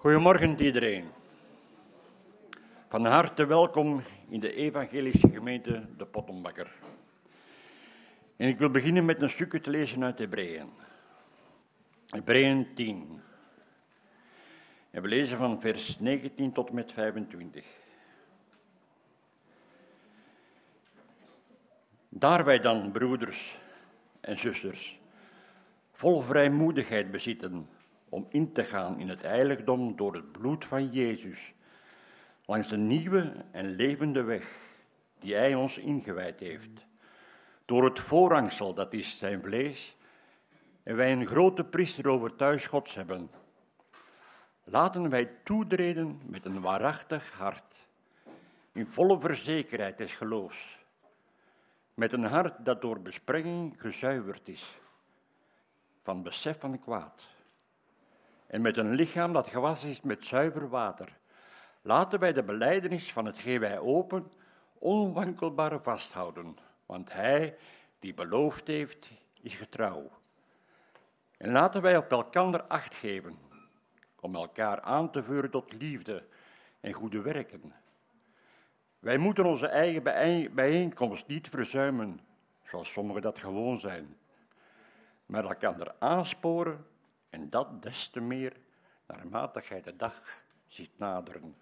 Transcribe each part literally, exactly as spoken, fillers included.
Goedemorgen iedereen. Van harte welkom in de evangelische gemeente De Pottenbakker. En ik wil beginnen met een stukje te lezen uit Hebreeën. Hebreeën tien. En we lezen van vers negentien tot en met vijfentwintig. Daar wij dan, broeders en zusters, vol vrijmoedigheid bezitten om in te gaan in het heiligdom door het bloed van Jezus, langs de nieuwe en levende weg die Hij ons ingewijd heeft, door het voorhangsel, dat is zijn vlees, en wij een grote priester over thuis Gods hebben. Laten wij toetreden met een waarachtig hart, in volle verzekerheid des geloofs, met een hart dat door besprenging gezuiverd is, van besef van kwaad, en met een lichaam dat gewassen is met zuiver water. Laten wij de belijdenis van hetgeen wij open, onwankelbaar vasthouden, want Hij die beloofd heeft, is getrouw. En laten wij op elkander acht geven, om elkaar aan te vuren tot liefde en goede werken. Wij moeten onze eigen bijeenkomst niet verzuimen, zoals sommigen dat gewoon zijn, maar elkander aansporen, en dat des te meer naarmate gij de dag ziet naderen.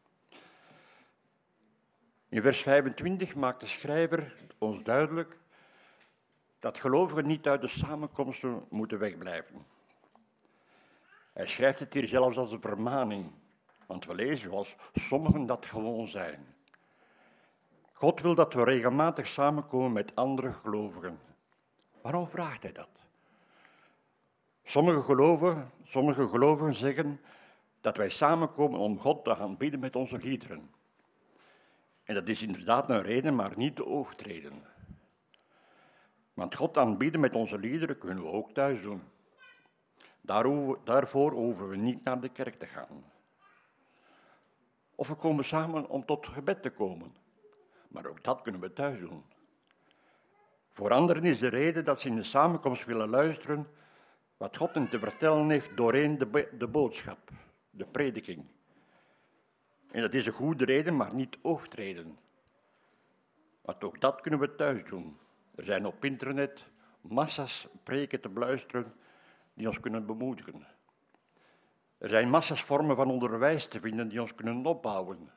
In vers vijfentwintig maakt de schrijver ons duidelijk dat gelovigen niet uit de samenkomsten moeten wegblijven. Hij schrijft het hier zelfs als een vermaning, want we lezen zoals sommigen dat gewoon zijn. God wil dat we regelmatig samenkomen met andere gelovigen. Waarom vraagt hij dat? Sommige gelovigen, sommige gelovigen zeggen dat wij samenkomen om God te aanbidden met onze liederen. En dat is inderdaad een reden, maar niet de hoofdreden. Want God aanbidden met onze liederen kunnen we ook thuis doen. Daarvoor hoeven we niet naar de kerk te gaan. Of we komen samen om tot gebed te komen. Maar ook dat kunnen we thuis doen. Voor anderen is de reden dat ze in de samenkomst willen luisteren wat God hen te vertellen heeft doorheen de, be- de boodschap, de prediking. En dat is een goede reden, maar niet hoofdreden. Want ook dat kunnen we thuis doen. Er zijn op internet massa's preken te beluisteren die ons kunnen bemoedigen. Er zijn massa's vormen van onderwijs te vinden die ons kunnen opbouwen.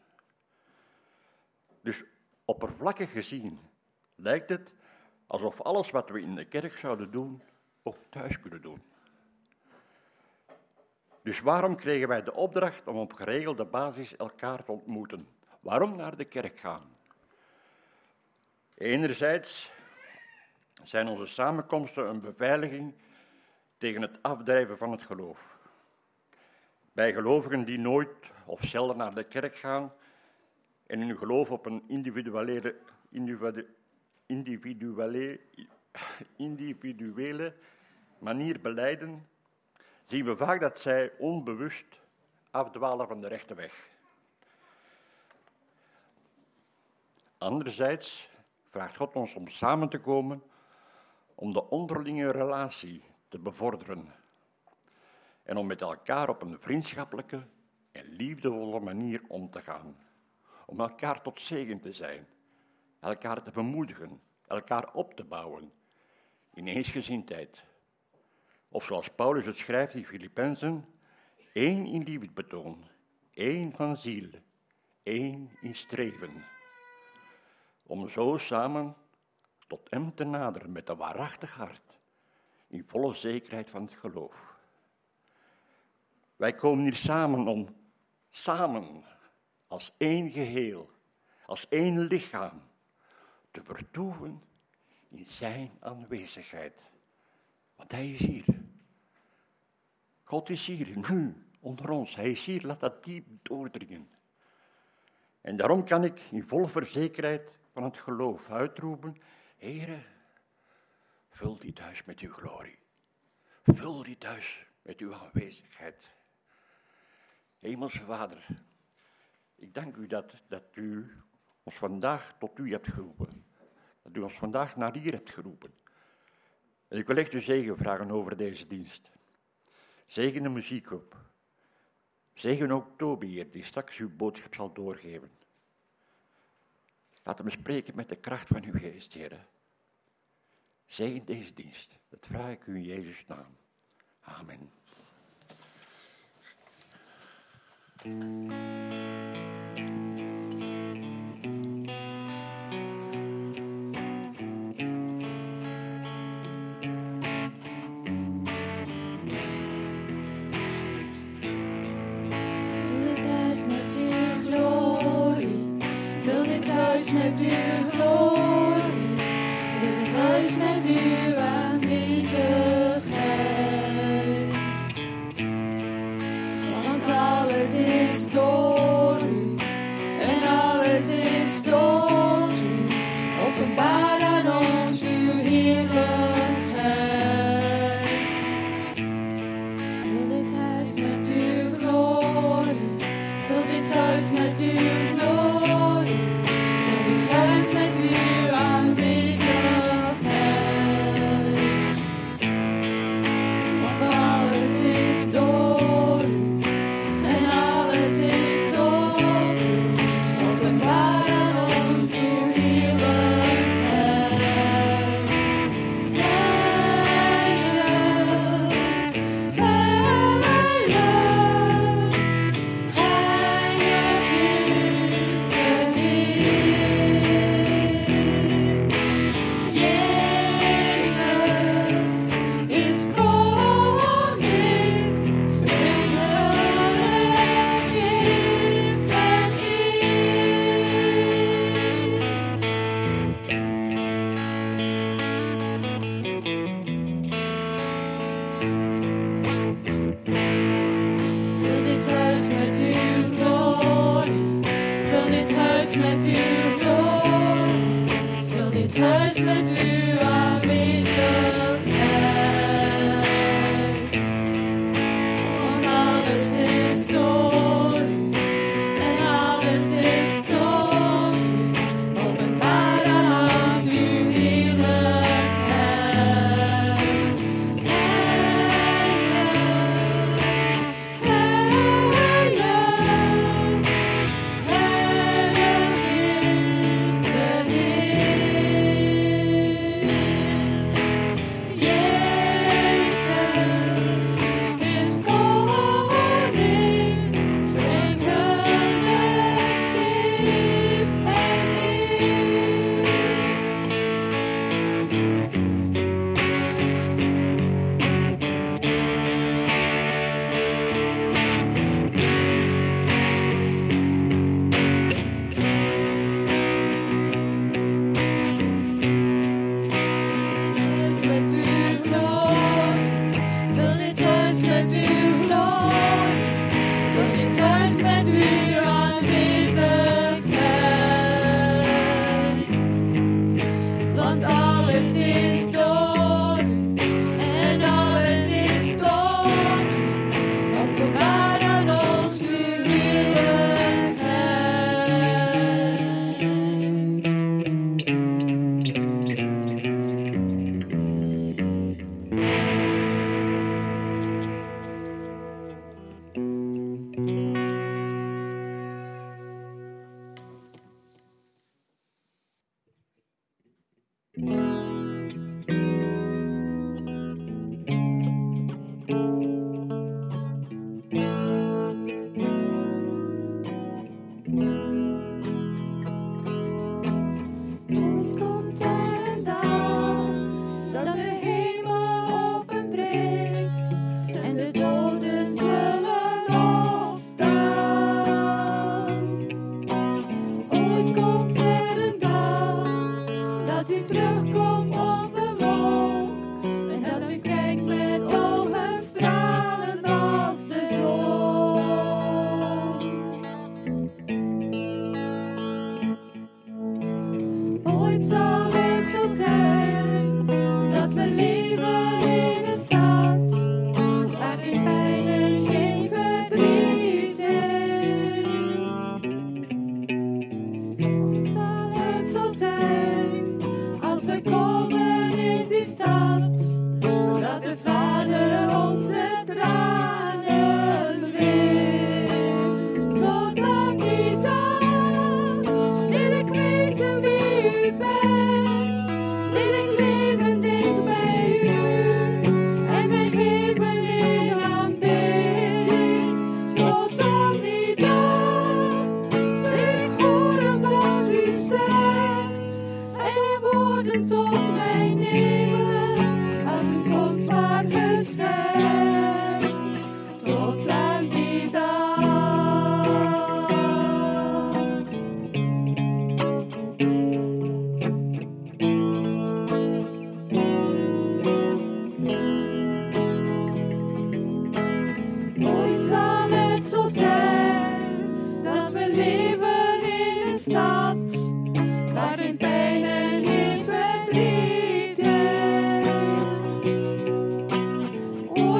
Dus oppervlakkig gezien lijkt het alsof alles wat we in de kerk zouden doen, ook thuis kunnen doen. Dus waarom kregen wij de opdracht om op geregelde basis elkaar te ontmoeten? Waarom naar de kerk gaan? Enerzijds zijn onze samenkomsten een beveiliging tegen het afdrijven van het geloof. Bij gelovigen die nooit of zelden naar de kerk gaan en hun geloof op een individuele, individuele, individuele, individuele manier belijden, zien we vaak dat zij onbewust afdwalen van de rechte weg. Anderzijds vraagt God ons om samen te komen om de onderlinge relatie te bevorderen en om met elkaar op een vriendschappelijke en liefdevolle manier om te gaan. Om elkaar tot zegen te zijn, elkaar te bemoedigen, elkaar op te bouwen in eensgezindheid. Of zoals Paulus het schrijft in Filippenzen, één in liefdebetoon, één van ziel, één in streven. Om zo samen tot hem te naderen met een waarachtig hart, in volle zekerheid van het geloof. Wij komen hier samen om samen, als één geheel, als één lichaam, te vertoeven in zijn aanwezigheid. Want hij is hier. God is hier, nu, onder ons. Hij is hier, laat dat diep doordringen. En daarom kan ik in volle verzekerheid van het geloof uitroepen, Heere, vul dit huis met uw glorie. Vul dit huis met uw aanwezigheid. Hemelse Vader, ik dank u dat, dat u ons vandaag tot u hebt geroepen. Dat u ons vandaag naar hier hebt geroepen. En ik wil echt uw zegen vragen over deze dienst. Zegen de muziek op. Zegen ook Toby, Heer, die straks uw boodschap zal doorgeven. Laat hem spreken met de kracht van uw geest, Heer. Zegen deze dienst. Dat vraag ik u in Jezus' naam. Amen. Met uw glorie, vul het huis met uw aanwezigheid. Want alles is door u en alles is tot u. Openbaar aan ons uw heerlijkheid. Vul dit huis met uw glorie, vul dit huis met uw glorie. Thuis met uw aanwezigheid, want alles is door u en alles is tot u. Openbaar aan ons uw heerlijkheid. Heilig, heilig, heilig is de Heer. Met uw glorie, vul dit huis met uw aanwezigheid. Want alles is door u en alles is tot u. Openbaar aan ons uw heerlijkheid. Heilig, heilig.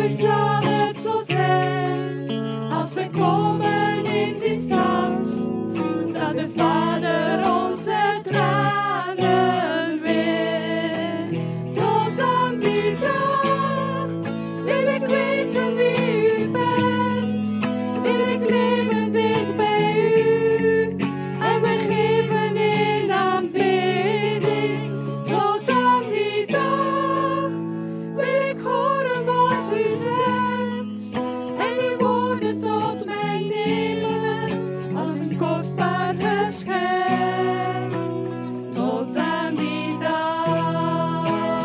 ooit zal het zo zijn, als we komen in die stad, dat de Vader onze tranen weert. Tot aan die dag wil ik weten wie u bent, wil ik leven dicht bij u en mij geven in aanbidding. Tot aan die dag wil ik horen wat u zegt en uw woorden tot mij nemen als een kostbaar geschenk. Tot aan die dag.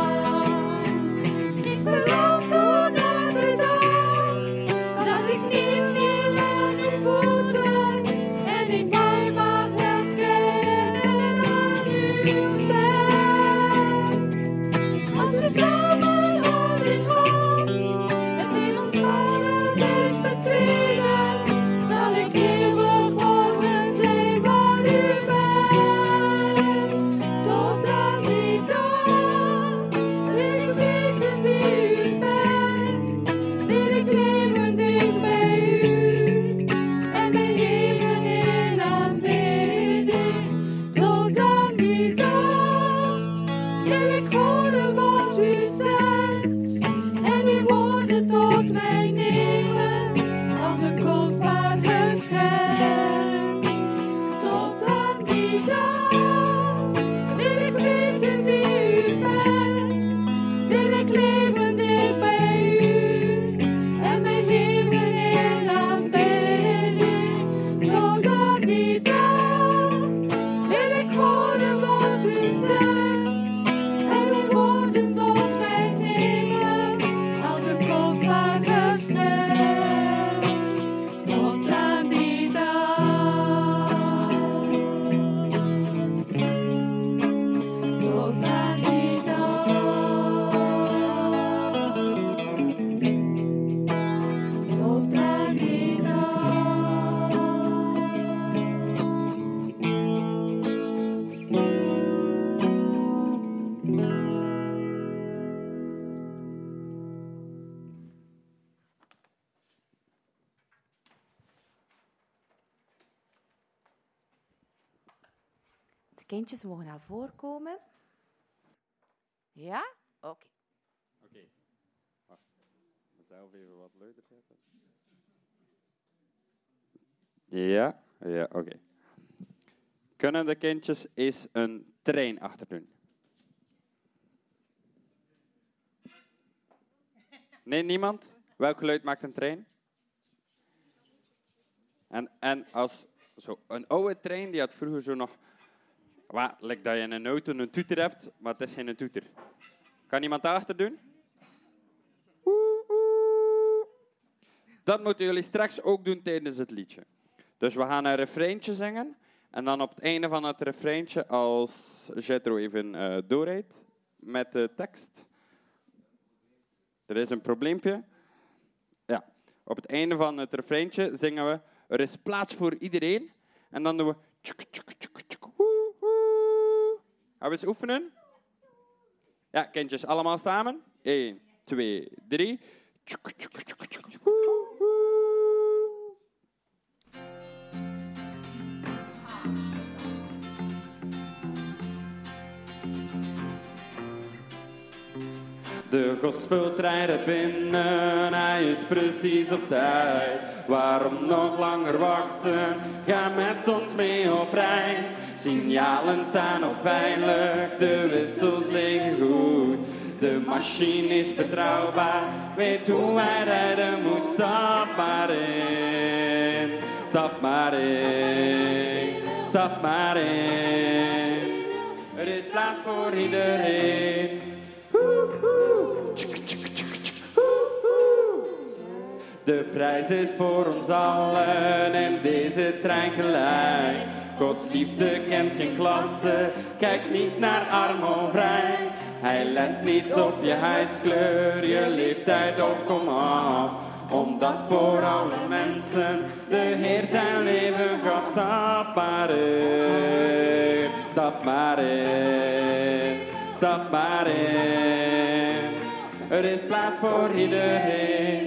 Ik verlang zo naar de dag dat ik neerkniel aan uw voeten en ik mij mag herkennen aan uw stem. Als we samen hand in hand het hemelsparadijs betreden, zal ik eeuwig mogen zijn waar u bent. Tot aan die dag wil ik weten wie u bent, wil ik leven dicht bij u en mij geven in aanbidding. Tot aan die dag wil ik horen wat u zegt en uw woorden tot mij nemen als een kostbaar geschenk. Tot aan die dag wil ik weten wie u bent, wil ik leven dicht bij u en mij geven in aanbidding. Tot aan die dag wil ik horen wat u zegt en uw woorden tot mij nemen als een kostbaar geschenk. Tot aan die dag. Tot aan die dag. Tot aan die dag. De kindjes mogen naar voren komen. Ja? Oké. Oké, wacht. Mezelf even wat luider zetten. Ja, ja, oké. Kunnen de kindjes eens een trein achterdoen? Nee, niemand? Welk geluid maakt een trein? En, en als zo een oude trein, die had vroeger zo nog... Waar, like dat je in een auto een toeter hebt, maar het is geen toeter. Kan iemand daarachter doen? Oeh, oeh. Dat moeten jullie straks ook doen tijdens het liedje. Dus we gaan een refreintje zingen. En dan op het einde van het refreintje, als Jethro even uh, doorrijdt met de tekst. Er is een probleempje. Ja. Op het einde van het refreintje zingen we... Er is plaats voor iedereen. En dan doen we... Tjuk, tjuk, tjuk, tjuk, woe, woe. Gaan we eens oefenen? Ja, kindjes, allemaal samen. Eén, twee, drie. Tjuk, tjuk, tjuk, tjuk, woe, woe. De gospeltrein rijdt binnen, hij is precies op tijd. Waarom nog langer wachten? Ga met ons mee op reis. Signalen staan nog veilig, de wissels liggen goed. De machine is betrouwbaar, weet hoe hij rijden moet. Stap maar in, stap maar in, stap maar in. Er is plaats voor iedereen. De prijs is voor ons allen in deze trein gelijk. Gods liefde kent geen klasse, kijk niet naar arm of rijk. Hij let niet op je huidskleur, je leeftijd of kom af. Omdat voor alle mensen de Heer zijn leven gaf. Stap maar in, stap maar in, stap maar in. Er is plaats voor iedereen.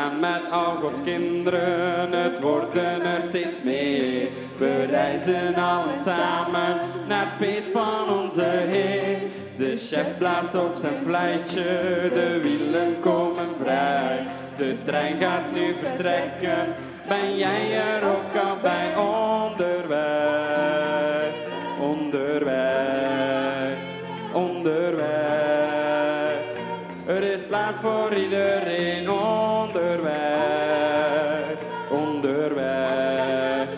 gaan met al Gods kinderen, het worden er steeds meer. We reizen allen samen naar het feest van onze Heer. De chef blaast op zijn fluitje, de wielen komen vrij. De trein gaat nu vertrekken, ben jij er ook al bij? Onderweg, onderweg, onderweg. Er is plaats voor iedereen, onderweg, onderweg,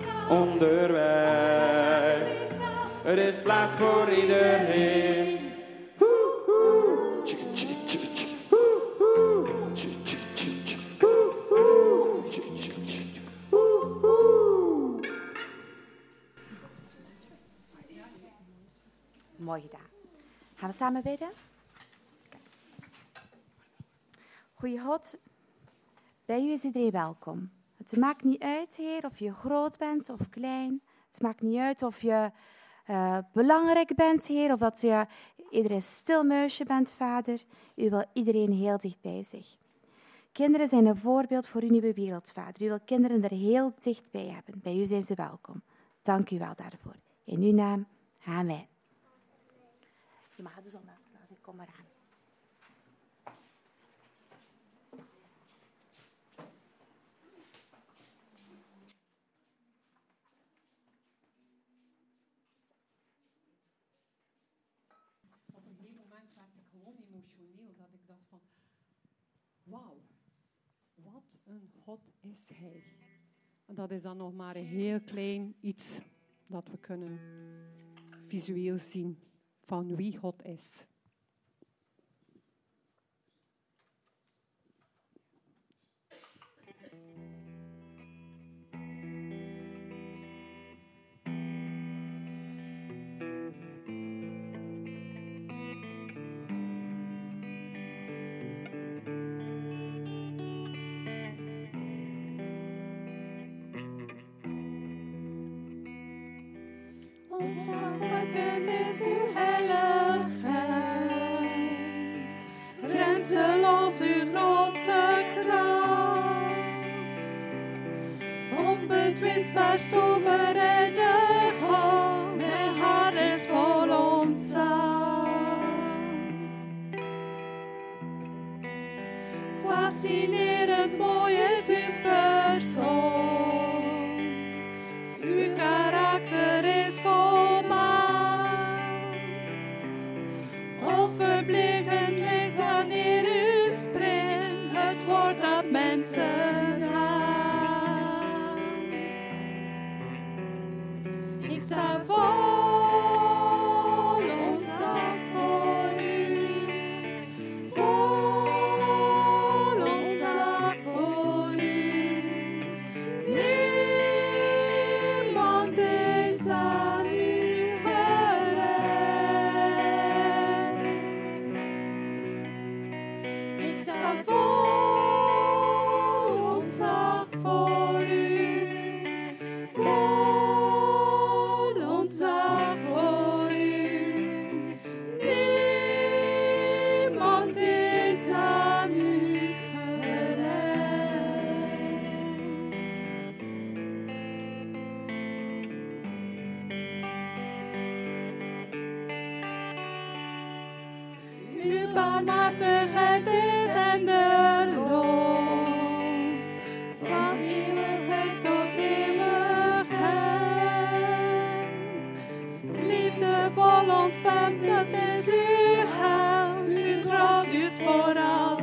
onderweg. Er is plaats voor iedereen. Woe, woe. Tj, tj, tj, tj. Woe, woe. Tj, tj, tj, tj. Woe, woe. Tj, tj, tj, tj. Woe, woe. Mooi gedaan. Gaan we samen bidden? Goeie God, bij u is iedereen welkom. Het maakt niet uit, Heer, of je groot bent of klein. Het maakt niet uit of je uh, belangrijk bent, Heer, of dat je iedereen stil muisje bent, Vader. U wil iedereen heel dicht bij zich. Kinderen zijn een voorbeeld voor uw nieuwe wereld, Vader. U wil kinderen er heel dicht bij hebben. Bij u zijn ze welkom. Dank u wel daarvoor. In uw naam, amen. Je mag de zondagsklaas, ik kom maar aan. Op een gegeven moment werd ik gewoon emotioneel, dat ik dacht van, wauw, wat een God is Hij. En dat is dan nog maar een heel klein iets dat we kunnen visueel zien van wie God is. Ontzagwekkend is uw heiligheid, grenzeloos uw grote kracht, onbetwistbaar soevereine God, mijn hart is vol ontzag. Fascinerend mooi is uw persoon, uw karakter is onverblikend licht wanneer u springt, het woord dat mensen raakt. Ik sta vol ontzag voor u, vol ontzag voor u. Niemand is aan u gelijk. Ik sta vol ontzag voor u, vol ontzag voor u. Niemand is aan u gelijk. Uw barmhartigheid is endeloos, van eeuwigheid tot eeuwigheid. Liefdevol ontvangt, dat is uw heil, uw trouw duurt voor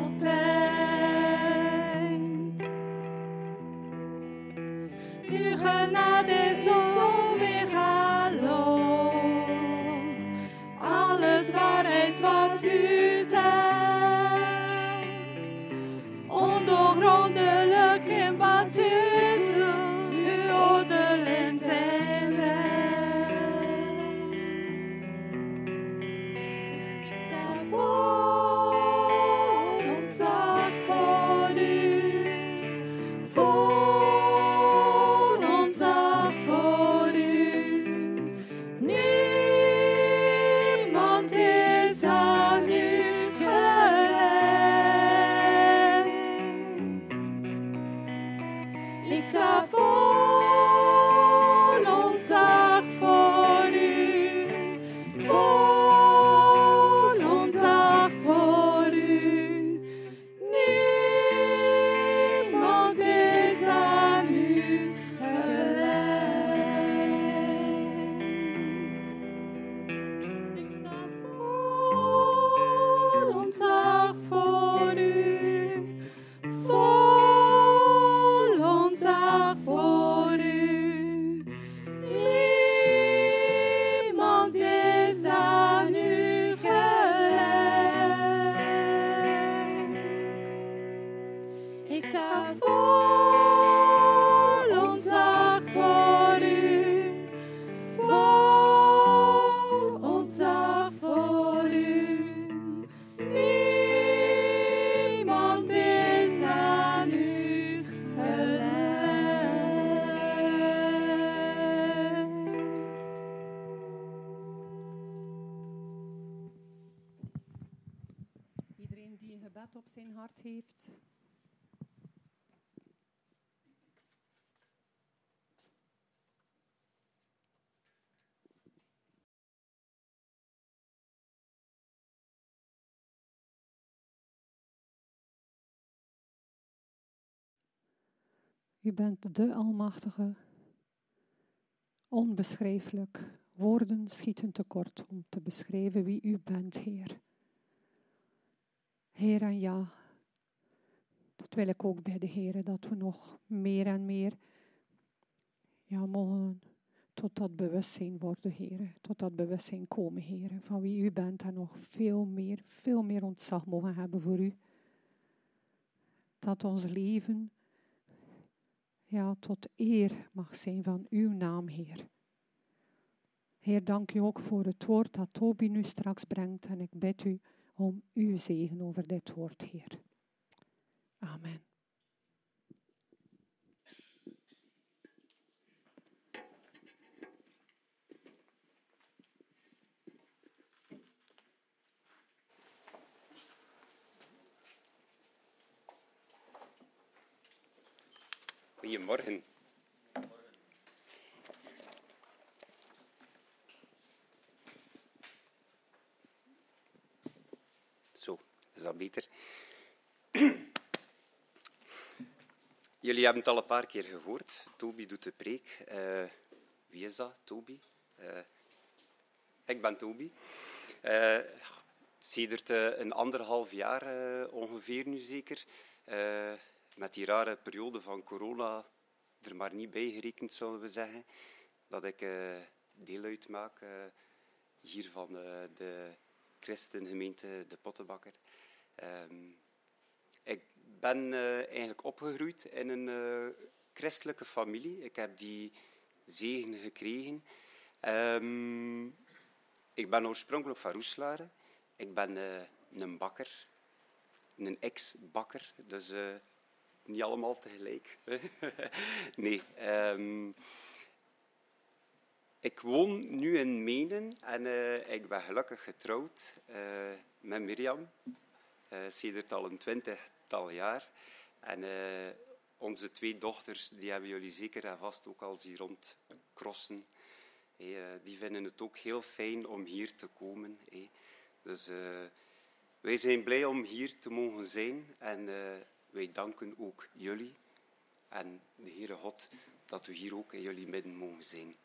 altijd. Uw genade is onweergaloos, alles waarheid wat u zegt, ondoorgrondelijk in wat u doet, uw oordeel in zijn recht. Ik sta vol ontzag voor u, vol ontzag voor u. Niemand is aan u gelijk. Iedereen die een gebed op zijn hart heeft. U bent de Almachtige, onbeschrijfelijk. Woorden schieten tekort om te beschrijven wie u bent, Heer. Heer, en ja, dat wil ik ook bidden, Heer, dat we nog meer en meer ja, mogen tot dat bewustzijn worden, Heer. Tot dat bewustzijn komen, Heer, van wie u bent en nog veel meer, veel meer ontzag mogen hebben voor u. Dat ons leven ja, tot eer mag zijn van uw naam, Heer. Heer, dank u ook voor het woord dat Toby nu straks brengt. En ik bid u om uw zegen over dit woord, Heer. Amen. Goedemorgen. Zo, is dat beter? Jullie hebben het al een paar keer gehoord. Toby doet de preek. Uh, wie is dat, Toby? Uh, ik ben Toby. Uh, sedert uh, een anderhalf jaar uh, ongeveer nu zeker. Uh, met die rare periode van corona er maar niet bij gerekend, zullen we zeggen. Dat ik uh, deel uitmaak uh, hier van uh, de christengemeente De Pottenbakker. Um, ik ben uh, eigenlijk opgegroeid in een uh, christelijke familie. Ik heb die zegen gekregen. Um, ik ben oorspronkelijk van Roeselare. Ik ben uh, een bakker. Een ex-bakker. Dus uh, niet allemaal tegelijk. nee. Um, ik woon nu in Menen en uh, ik ben gelukkig getrouwd uh, met Mirjam. Uh, sedert al een twintigtal jaar. En uh, onze twee dochters, die hebben jullie zeker en vast ook al zien rondcrossen. Hey, uh, die vinden het ook heel fijn om hier te komen. Hey. Dus uh, wij zijn blij om hier te mogen zijn. En uh, wij danken ook jullie en de Heere God dat we hier ook in jullie midden mogen zijn.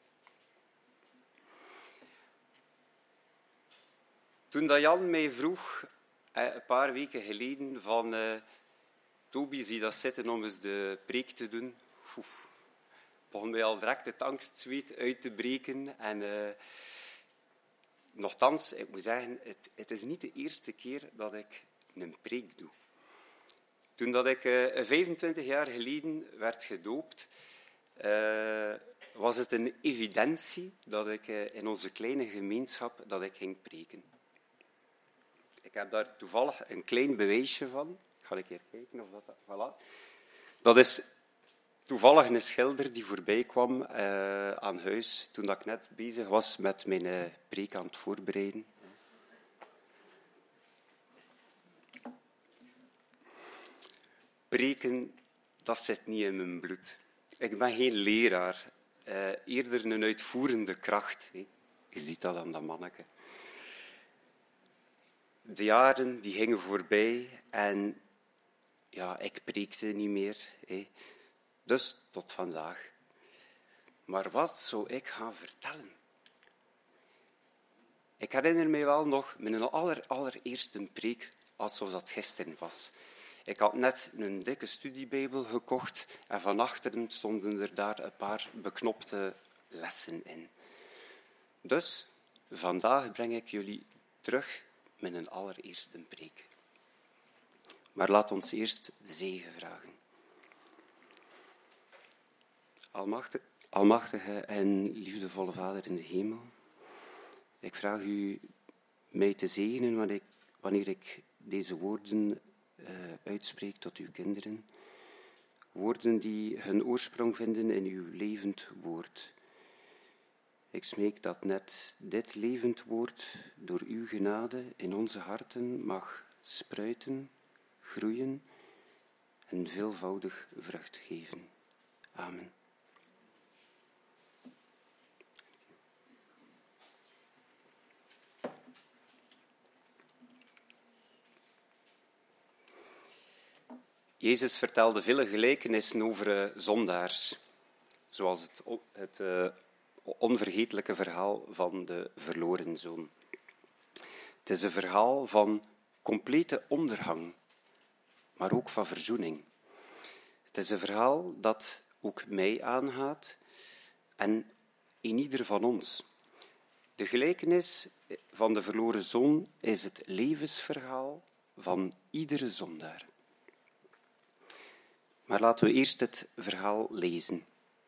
Toen dat Jan mij vroeg, een paar weken geleden, van uh, Toby, zie dat zitten om eens de preek te doen, oef, begon mij al direct het angstzweet uit te breken. En uh, nochtans, ik moet zeggen, het, het is niet de eerste keer dat ik een preek doe. Toen dat ik uh, vijfentwintig jaar geleden werd gedoopt, uh, was het een evidentie dat ik uh, in onze kleine gemeenschap dat ik ging preken. Ik heb daar toevallig een klein bewijsje van. Ik ga een keer kijken of dat... Voilà. Dat is toevallig een schilder die voorbij kwam uh, aan huis toen dat ik net bezig was met mijn uh, preek aan het voorbereiden. Preken, dat zit niet in mijn bloed. Ik ben geen leraar, uh, eerder een uitvoerende kracht. Hè. Je ziet dat aan dat manneke. De jaren die gingen voorbij en ja, ik preekte niet meer. Hè. Dus tot vandaag. Maar wat zou ik gaan vertellen? Ik herinner me wel nog mijn aller, allereerste preek alsof dat gisteren was. Ik had net een dikke studiebijbel gekocht en van achteren stonden er daar een paar beknopte lessen in. Dus vandaag breng ik jullie terug met een allereerste preek. Maar laat ons eerst de zegen vragen. Almachtige, almachtige en liefdevolle Vader in de hemel, ik vraag u mij te zegenen wanneer ik, wanneer ik deze woorden uh, uitspreek tot uw kinderen. Woorden die hun oorsprong vinden in uw levend woord. Ik smeek dat net dit levend woord door uw genade in onze harten mag spruiten, groeien en veelvoudig vrucht geven. Amen. Jezus vertelde vele gelijkenissen over uh, zondaars, zoals het, het uh, onvergetelijke verhaal van de verloren zoon. Het is een verhaal van complete ondergang, maar ook van verzoening. Het is een verhaal dat ook mij aangaat en in ieder van ons. De gelijkenis van de verloren zoon is het levensverhaal van iedere zondaar. Maar laten we eerst het verhaal lezen.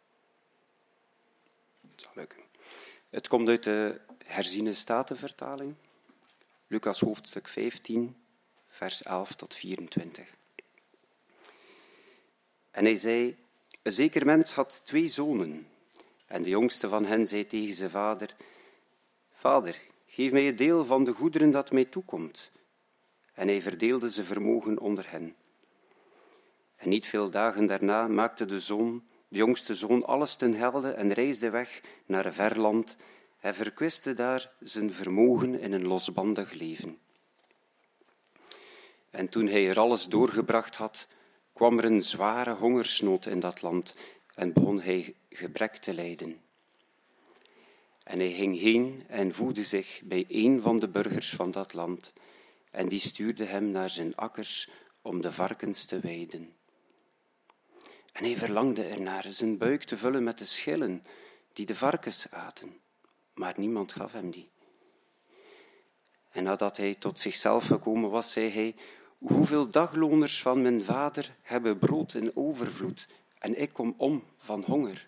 Het zal lukken. Het komt uit de herziene statenvertaling, Lucas hoofdstuk vijftien, vers elf tot vierentwintig. En hij zei, een zeker mens had twee zonen, en de jongste van hen zei tegen zijn vader, Vader, geef mij het deel van de goederen dat mij toekomt. En hij verdeelde zijn vermogen onder hen. En niet veel dagen daarna maakte de zoon, de jongste zoon, alles ten helde en reisde weg naar een ver land en verkwiste daar zijn vermogen in een losbandig leven. En toen hij er alles doorgebracht had, kwam er een zware hongersnood in dat land en begon hij gebrek te lijden. En hij ging heen en voegde zich bij een van de burgers van dat land, en die stuurde hem naar zijn akkers om de varkens te weiden. En hij verlangde ernaar zijn buik te vullen met de schillen die de varkens aten, maar niemand gaf hem die. En nadat hij tot zichzelf gekomen was, zei hij, hoeveel dagloners van mijn vader hebben brood in overvloed, en ik kom om van honger.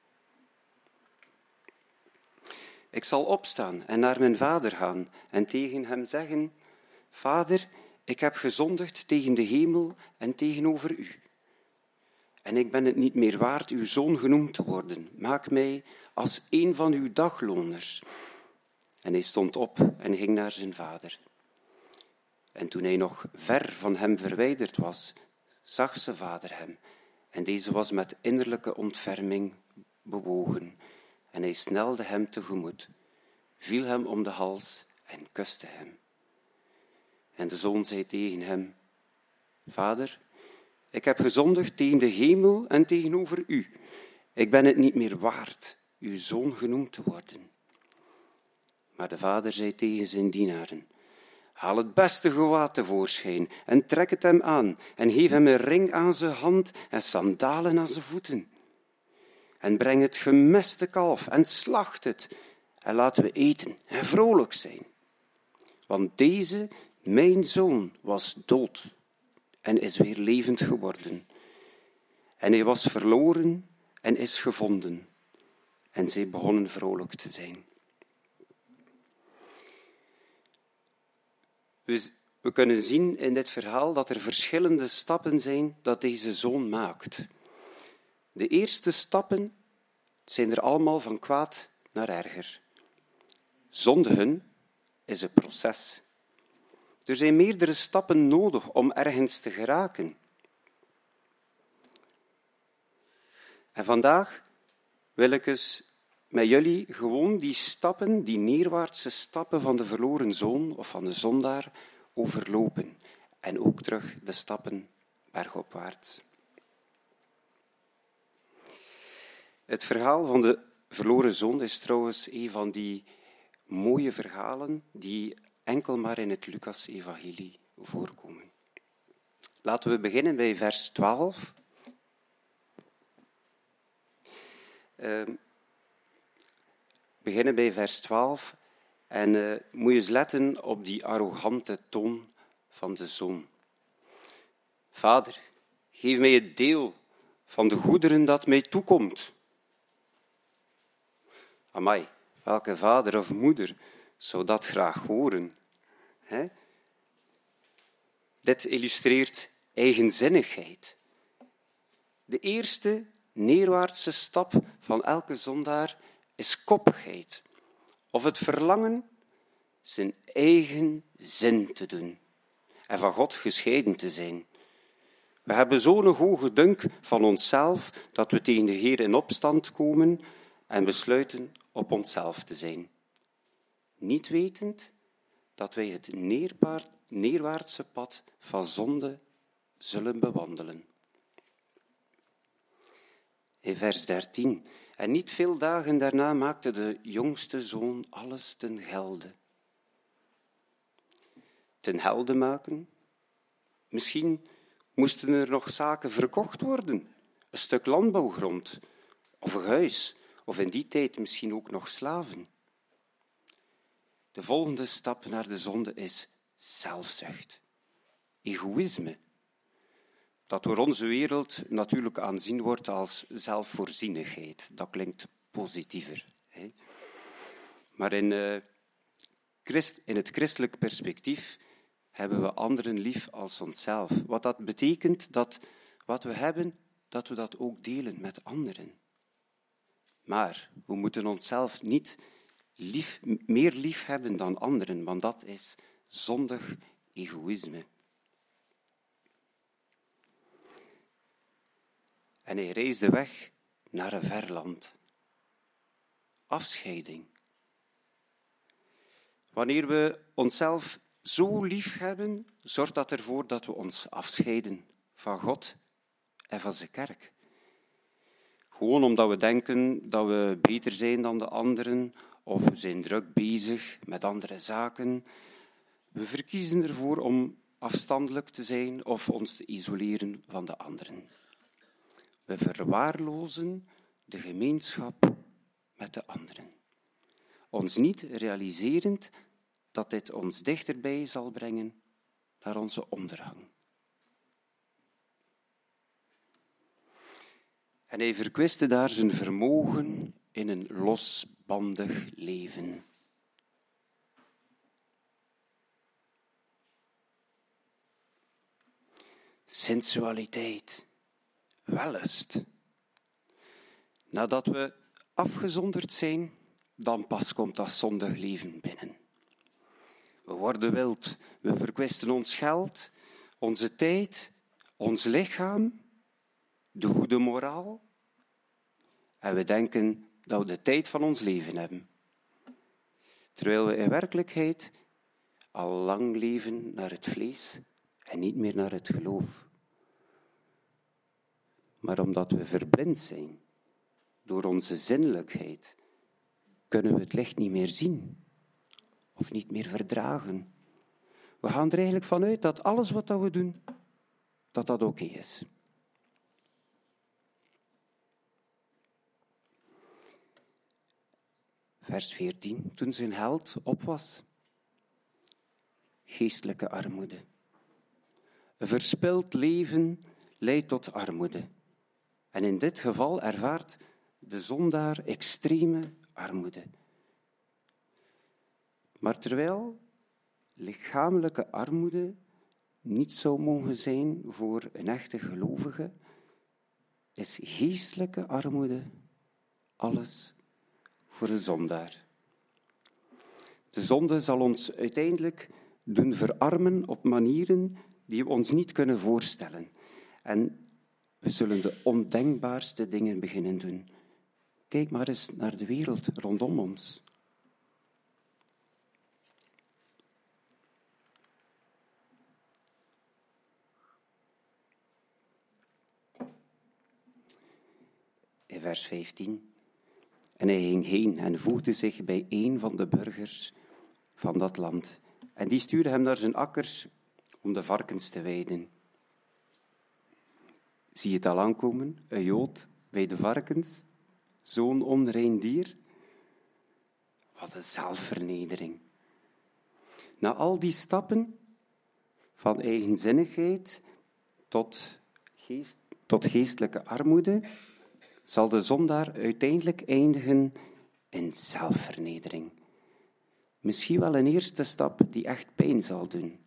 Ik zal opstaan en naar mijn vader gaan en tegen hem zeggen, Vader, ik heb gezondigd tegen de hemel en tegenover u. En ik ben het niet meer waard uw zoon genoemd te worden. Maak mij als een van uw dagloners. En hij stond op en ging naar zijn vader. En toen hij nog ver van hem verwijderd was, zag zijn vader hem. En deze was met innerlijke ontferming bewogen. En hij snelde hem tegemoet, viel hem om de hals en kuste hem. En de zoon zei tegen hem, Vader, ik heb gezondigd tegen de hemel en tegenover u. Ik ben het niet meer waard uw zoon genoemd te worden. Maar de vader zei tegen zijn dienaren, haal het beste gewaad tevoorschijn en trek het hem aan en geef hem een ring aan zijn hand en sandalen aan zijn voeten. En breng het gemeste kalf en slacht het en laten we eten en vrolijk zijn. Want deze, mijn zoon, was dood en is weer levend geworden. En hij was verloren en is gevonden. En zij begonnen vrolijk te zijn. We, we kunnen zien in dit verhaal dat er verschillende stappen zijn dat deze zoon maakt. De eerste stappen zijn er allemaal van kwaad naar erger. Zondigen is een proces. Er zijn meerdere stappen nodig om ergens te geraken. En vandaag wil ik eens met jullie gewoon die stappen, die neerwaartse stappen van de verloren zoon of van de zondaar, overlopen. En ook terug de stappen bergopwaarts. Het verhaal van de verloren zoon is trouwens een van die mooie verhalen die enkel maar in het Lucas-evangelie voorkomen. Laten we beginnen bij vers twaalf. Uh, beginnen bij vers twaalf en uh, moet je eens letten op die arrogante toon van de zoon. Vader, geef mij het deel van de goederen dat mij toekomt. Amai, welke vader of moeder zou dat graag horen? Hè? Dit illustreert eigenzinnigheid. De eerste neerwaartse stap van elke zondaar is koppigheid, of het verlangen zijn eigen zin te doen en van God gescheiden te zijn. We hebben zo'n hoge dunk van onszelf dat we tegen de Heer in opstand komen en besluiten op onszelf te zijn. Niet wetend dat wij het neerwaartse pad van zonde zullen bewandelen. In vers dertien. En niet veel dagen daarna maakte de jongste zoon alles ten gelde. Ten gelde maken? Misschien moesten er nog zaken verkocht worden. Een stuk landbouwgrond, of een huis, of in die tijd misschien ook nog slaven. De volgende stap naar de zonde is zelfzucht, egoïsme, dat door onze wereld natuurlijk aanzien wordt als zelfvoorzienigheid. Dat klinkt positiever. Hè? Maar in, uh, Christ, in het christelijk perspectief hebben we anderen lief als onszelf. Wat dat betekent dat wat we hebben, dat we dat ook delen met anderen. Maar we moeten onszelf niet lief, meer lief hebben dan anderen, want dat is zondig egoïsme. En hij reisde weg naar een ver land. Afscheiding. Wanneer we onszelf zo lief hebben, zorgt dat ervoor dat we ons afscheiden van God en van zijn kerk. Gewoon omdat we denken dat we beter zijn dan de anderen, of we zijn druk bezig met andere zaken. We verkiezen ervoor om afstandelijk te zijn of ons te isoleren van de anderen. We verwaarlozen de gemeenschap met de anderen. Ons niet realiserend dat dit ons dichterbij zal brengen naar onze ondergang. En hij verkwiste daar zijn vermogen in een losbandig leven. Sensualiteit, wellust. Nadat we afgezonderd zijn, dan pas komt dat zondig leven binnen. We worden wild, we verkwisten ons geld, onze tijd, ons lichaam, de goede moraal. En we denken dat we de tijd van ons leven hebben. Terwijl we in werkelijkheid al lang leven naar het vlees en niet meer naar het geloof. Maar omdat we verblind zijn door onze zinnelijkheid, kunnen we het licht niet meer zien of niet meer verdragen. We gaan er eigenlijk vanuit dat alles wat we doen, dat dat oké is. Vers veertien, toen zijn held op was. Geestelijke armoede. Een verspild leven leidt tot armoede. En in dit geval ervaart de zondaar extreme armoede. Maar terwijl lichamelijke armoede niet zou mogen zijn voor een echte gelovige, is geestelijke armoede alles voor een zondaar. De zonde zal ons uiteindelijk doen verarmen op manieren die we ons niet kunnen voorstellen. En we zullen de ondenkbaarste dingen beginnen doen. Kijk maar eens naar de wereld rondom ons. In vers vijftien. En hij ging heen en voegde zich bij een van de burgers van dat land. En die stuurde hem naar zijn akkers om de varkens te weiden. Zie je het al aankomen? Een Jood bij de varkens? Zo'n onrein dier? Wat een zelfvernedering. Na al die stappen van eigenzinnigheid tot, geest, tot geestelijke armoede, zal de zondaar uiteindelijk eindigen in zelfvernedering. Misschien wel een eerste stap die echt pijn zal doen.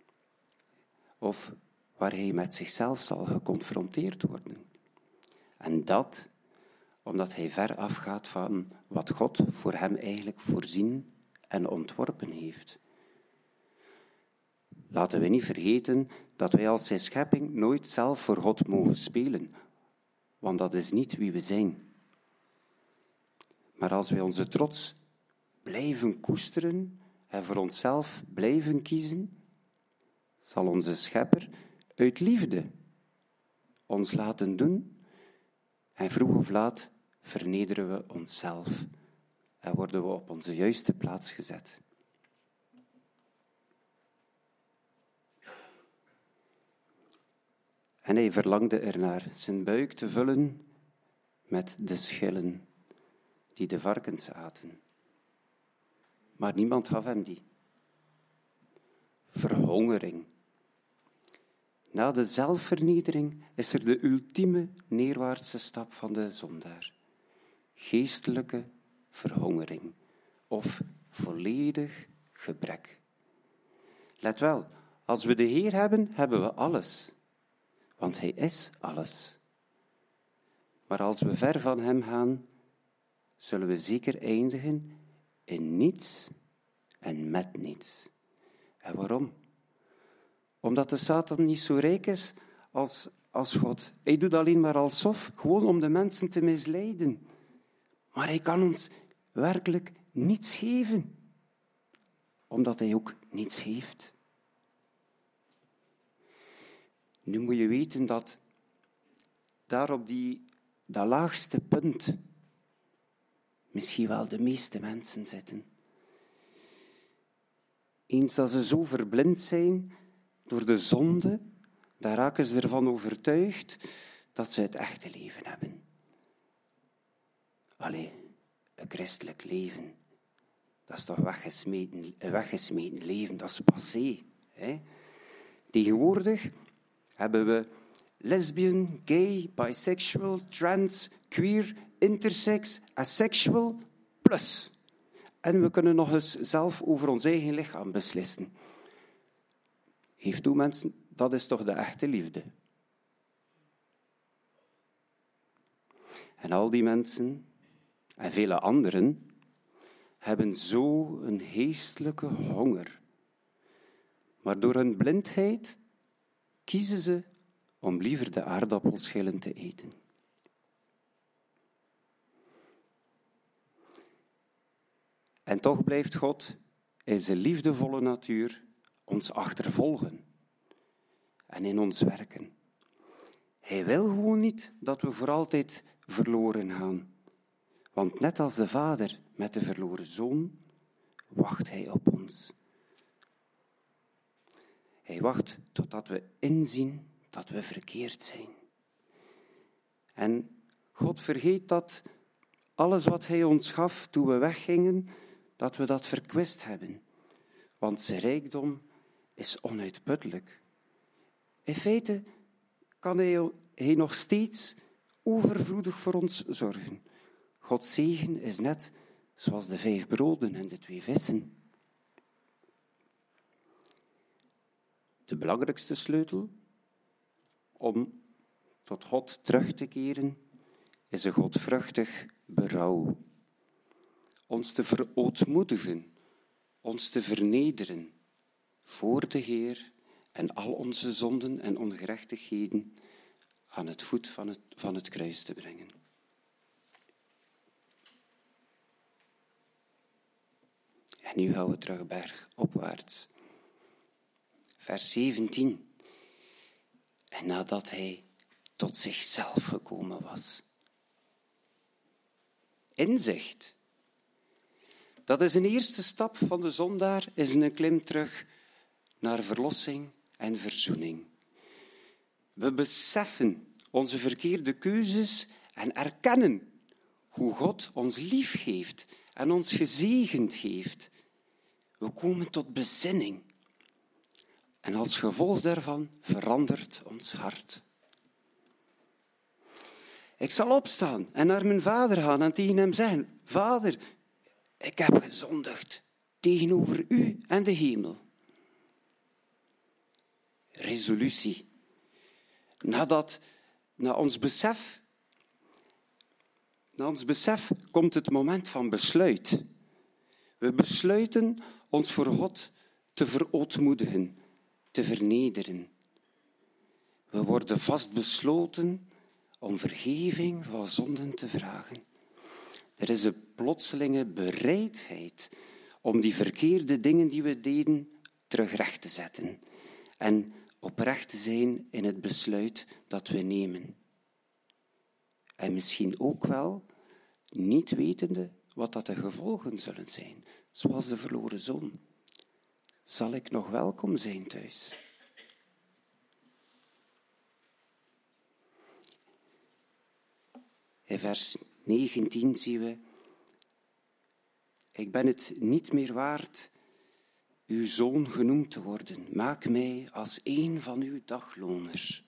Of waar hij met zichzelf zal geconfronteerd worden. En dat omdat hij ver afgaat van wat God voor hem eigenlijk voorzien en ontworpen heeft. Laten we niet vergeten dat wij als zijn schepping nooit zelf voor God mogen spelen, want dat is niet wie we zijn. Maar als wij onze trots blijven koesteren en voor onszelf blijven kiezen, zal onze schepper uit liefde ons laten doen en vroeg of laat vernederen we onszelf en worden we op onze juiste plaats gezet. En hij verlangde ernaar zijn buik te vullen met de schillen die de varkens aten. Maar niemand gaf hem die. Verhongering. Na de zelfvernedering is er de ultieme neerwaartse stap van de zondaar. Geestelijke verhongering of volledig gebrek. Let wel, als we de Heer hebben, hebben we alles. Want Hij is alles. Maar als we ver van Hem gaan, zullen we zeker eindigen in niets en met niets. En waarom? Omdat de Satan niet zo rijk is als, als God. Hij doet alleen maar alsof, gewoon om de mensen te misleiden. Maar hij kan ons werkelijk niets geven. Omdat hij ook niets heeft. Nu moet je weten dat daar op die, dat laagste punt misschien wel de meeste mensen zitten. Eens dat ze zo verblind zijn door de zonde, dan raken ze ervan overtuigd dat ze het echte leven hebben. Allee, een christelijk leven, dat is toch weggesmeten, een weggesmeten leven, dat is passé. Hè? Tegenwoordig hebben we lesbian, gay, bisexual, trans, queer, intersex, asexual, plus. En we kunnen nog eens zelf over ons eigen lichaam beslissen. Heeft u mensen, dat is toch de echte liefde. En al die mensen, en vele anderen, hebben zo een geestelijke honger. Maar door hun blindheid kiezen ze om liever de aardappelschillen te eten. En toch blijft God in zijn liefdevolle natuur ons achtervolgen en in ons werken. Hij wil gewoon niet dat we voor altijd verloren gaan. Want net als de vader met de verloren zoon, wacht hij op ons. Hij wacht totdat we inzien dat we verkeerd zijn. En God vergeet dat alles wat hij ons gaf toen we weggingen, dat we dat verkwist hebben. Want zijn rijkdom is onuitputtelijk. In feite kan hij, hij nog steeds overvloedig voor ons zorgen. Gods zegen is net zoals de vijf broden en de twee vissen. De belangrijkste sleutel om tot God terug te keren is een godvruchtig berouw. Ons te verootmoedigen, ons te vernederen voor de Heer en al onze zonden en ongerechtigheden aan het voet van het, van het kruis te brengen. En nu gaan we terug bergopwaarts. Vers zeventien. En nadat hij tot zichzelf gekomen was. Inzicht. Dat is een eerste stap van de zondaar, is een klim terug naar verlossing en verzoening. We beseffen onze verkeerde keuzes en erkennen hoe God ons lief heeft en ons gezegend heeft. We komen tot bezinning. En als gevolg daarvan verandert ons hart. Ik zal opstaan en naar mijn vader gaan en tegen hem zeggen: Vader, ik heb gezondigd tegenover u en de hemel. Resolutie. Nadat, na ons besef, na ons besef komt het moment van besluit. We besluiten ons voor God te verootmoedigen, te vernederen. We worden vastbesloten om vergeving van zonden te vragen. Er is een plotselinge bereidheid om die verkeerde dingen die we deden terug recht te zetten en oprecht te zijn in het besluit dat we nemen. En misschien ook wel niet wetende wat dat de gevolgen zullen zijn, zoals de verloren zoon. Zal ik nog welkom zijn thuis? In vers negentien zien we: Ik ben het niet meer waard uw zoon genoemd te worden. Maak mij als een van uw dagloners.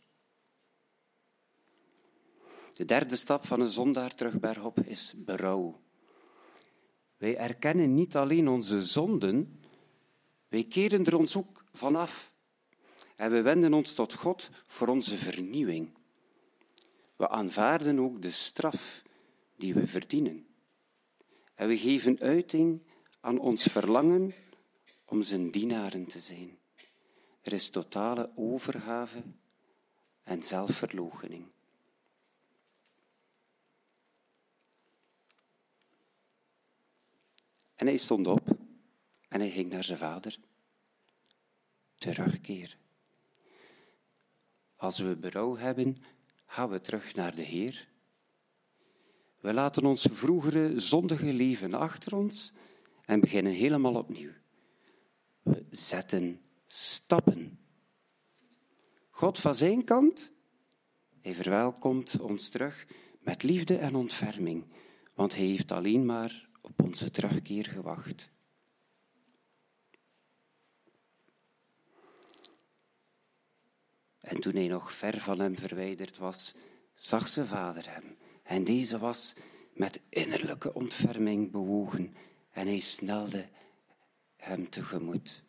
De derde stap van een zondaar terug bergop is berouw. Wij erkennen niet alleen onze zonden, wij keren er ons ook vanaf. En we wenden ons tot God voor onze vernieuwing. We aanvaarden ook de straf die we verdienen. En we geven uiting aan ons verlangen om zijn dienaren te zijn. Er is totale overgave en zelfverloochening. En hij stond op en hij ging naar zijn vader. Terugkeer. Als we berouw hebben, gaan we terug naar de Heer. We laten ons vroegere zondige leven achter ons en beginnen helemaal opnieuw. We zetten stappen. God van zijn kant, hij verwelkomt ons terug met liefde en ontferming, want hij heeft alleen maar op onze terugkeer gewacht. En toen hij nog ver van hem verwijderd was, zag zijn vader hem. En deze was met innerlijke ontferming bewogen en hij snelde hem tegemoet.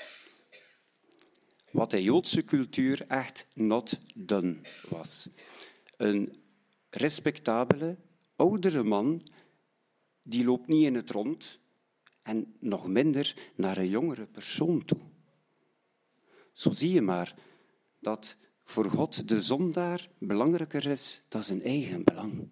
Wat de Joodse cultuur echt not done was. Een respectabele, oudere man, die loopt niet in het rond en nog minder naar een jongere persoon toe. Zo zie je maar dat voor God de zondaar belangrijker is dan zijn eigen belang.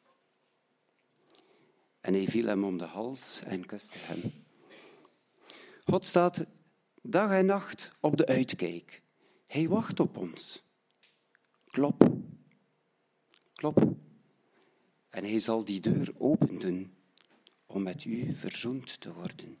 En hij viel hem om de hals en kuste hem. God staat dag en nacht op de uitkijk. Hij wacht op ons. Klop. Klop. En hij zal die deur open doen om met u verzoend te worden.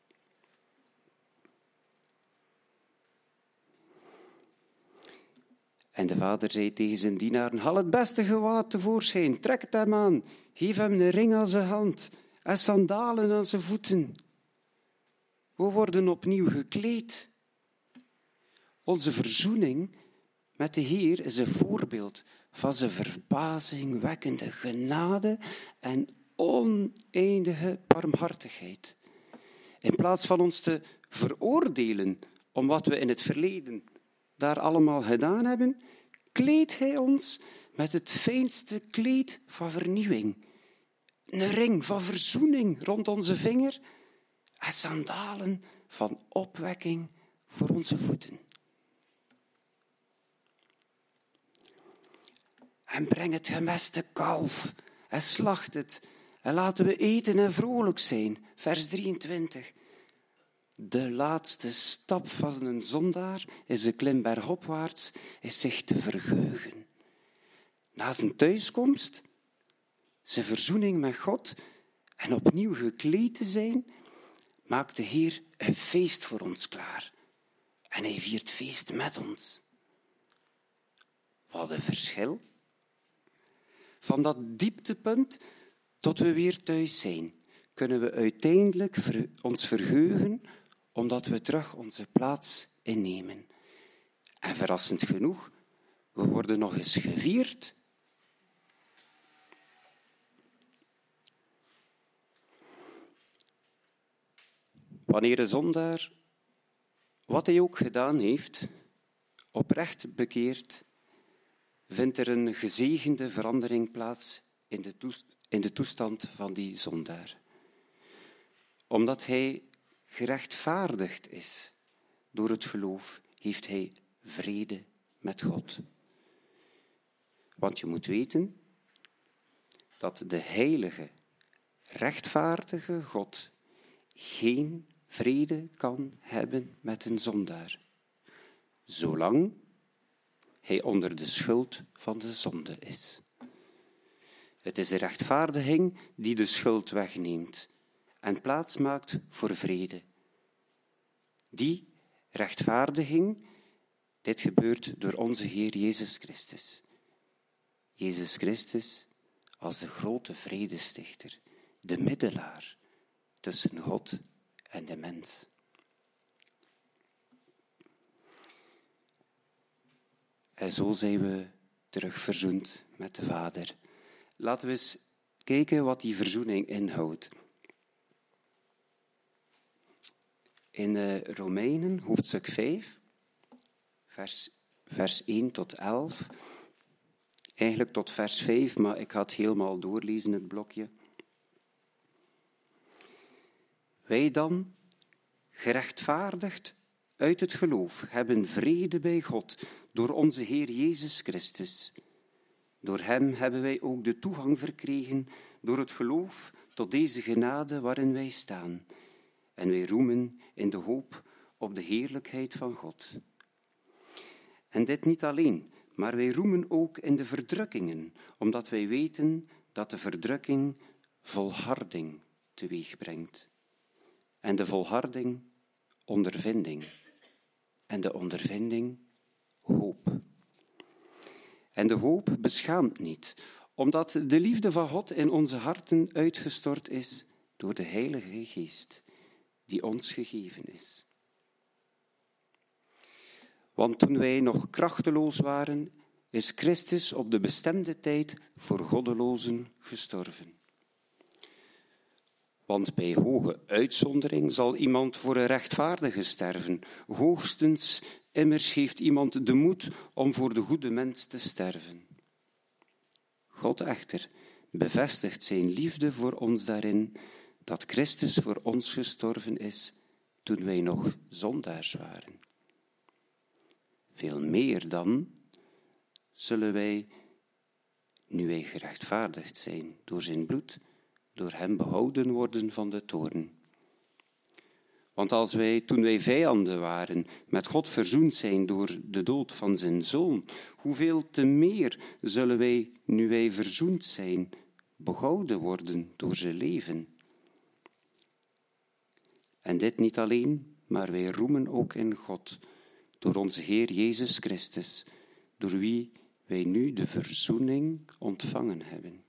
En de vader zei tegen zijn dienaren: haal het beste gewaad tevoorschijn, trek het hem aan, geef hem een ring aan zijn hand en sandalen aan zijn voeten. We worden opnieuw gekleed. Onze verzoening met de Heer is een voorbeeld van zijn verbazingwekkende genade en oneindige barmhartigheid. In plaats van ons te veroordelen om wat we in het verleden daar allemaal gedaan hebben, kleedt hij ons met het fijnste kleed van vernieuwing. Een ring van verzoening rond onze vinger en sandalen van opwekking voor onze voeten. En breng het gemeste kalf en slacht het en laten we eten en vrolijk zijn. Vers drieëntwintig. De laatste stap van een zondaar is de klim bergopwaarts, is zich te vergeugen. Na zijn thuiskomst, zijn verzoening met God en opnieuw gekleed te zijn, maakt de Heer een feest voor ons klaar. En hij viert feest met ons. Wat een verschil. Van dat dieptepunt tot we weer thuis zijn, kunnen we uiteindelijk ons verheugen omdat we terug onze plaats innemen. En verrassend genoeg, we worden nog eens gevierd. Wanneer een zondaar, wat hij ook gedaan heeft, oprecht bekeert, vindt er een gezegende verandering plaats in de, toest- in de toestand van die zondaar. Omdat hij gerechtvaardigd is door het geloof, heeft hij vrede met God. Want je moet weten dat de heilige, rechtvaardige God geen vrede kan hebben met een zondaar, zolang hij onder de schuld van de zonde is. Het is de rechtvaardiging die de schuld wegneemt en plaats maakt voor vrede. Die rechtvaardiging, dit gebeurt door onze Heer Jezus Christus. Jezus Christus als de grote vredestichter, de middelaar tussen God en de mens. En zo zijn we terug verzoend met de Vader. Laten we eens kijken wat die verzoening inhoudt. In uh, Romeinen, hoofdstuk vijf, vers, vers één tot elf. Eigenlijk tot vers vijf, maar ik ga het helemaal doorlezen, het blokje. Wij dan, gerechtvaardigd uit het geloof, hebben vrede bij God door onze Heer Jezus Christus. Door hem hebben wij ook de toegang verkregen door het geloof tot deze genade waarin wij staan. En wij roemen in de hoop op de heerlijkheid van God. En dit niet alleen, maar wij roemen ook in de verdrukkingen, omdat wij weten dat de verdrukking volharding teweegbrengt. En de volharding ondervinding. En de ondervinding hoop. En de hoop beschaamt niet, omdat de liefde van God in onze harten uitgestort is door de Heilige Geest, die ons gegeven is. Want toen wij nog krachteloos waren, is Christus op de bestemde tijd voor goddelozen gestorven. Want bij hoge uitzondering zal iemand voor een rechtvaardige sterven. Hoogstens immers heeft iemand de moed om voor de goede mens te sterven. God echter bevestigt zijn liefde voor ons daarin, dat Christus voor ons gestorven is toen wij nog zondaars waren. Veel meer dan zullen wij, nu wij gerechtvaardigd zijn door zijn bloed, door hem behouden worden van de toorn. Want als wij, toen wij vijanden waren, met God verzoend zijn door de dood van zijn Zoon, hoeveel te meer zullen wij, nu wij verzoend zijn, behouden worden door zijn leven. En dit niet alleen, maar wij roemen ook in God, door onze Heer Jezus Christus, door wie wij nu de verzoening ontvangen hebben.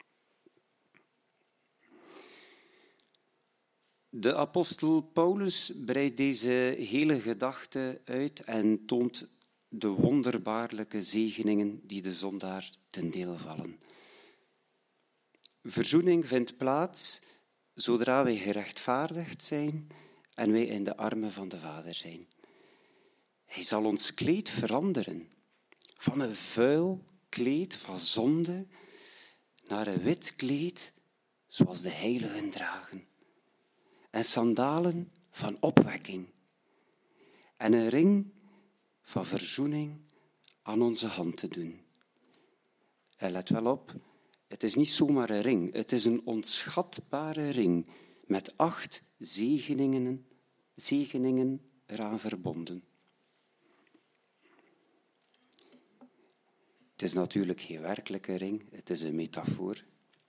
De apostel Paulus breidt deze hele gedachte uit en toont de wonderbaarlijke zegeningen die de zondaar ten deel vallen. Verzoening vindt plaats zodra wij gerechtvaardigd zijn en wij in de armen van de Vader zijn. Hij zal ons kleed veranderen, van een vuil kleed van zonde naar een wit kleed zoals de heiligen dragen. En sandalen van opwekking. En een ring van verzoening aan onze hand te doen. En let wel op, het is niet zomaar een ring, het is een onschatbare ring met acht zegeningen, zegeningen eraan verbonden. Het is natuurlijk geen werkelijke ring, het is een metafoor.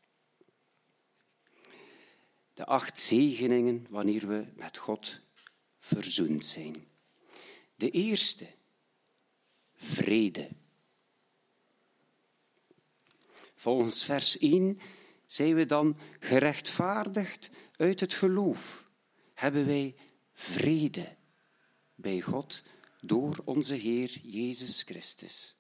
De acht zegeningen wanneer we met God verzoend zijn. De eerste, vrede. Volgens vers één zijn we dan gerechtvaardigd uit het geloof. Hebben wij vrede bij God door onze Heer Jezus Christus.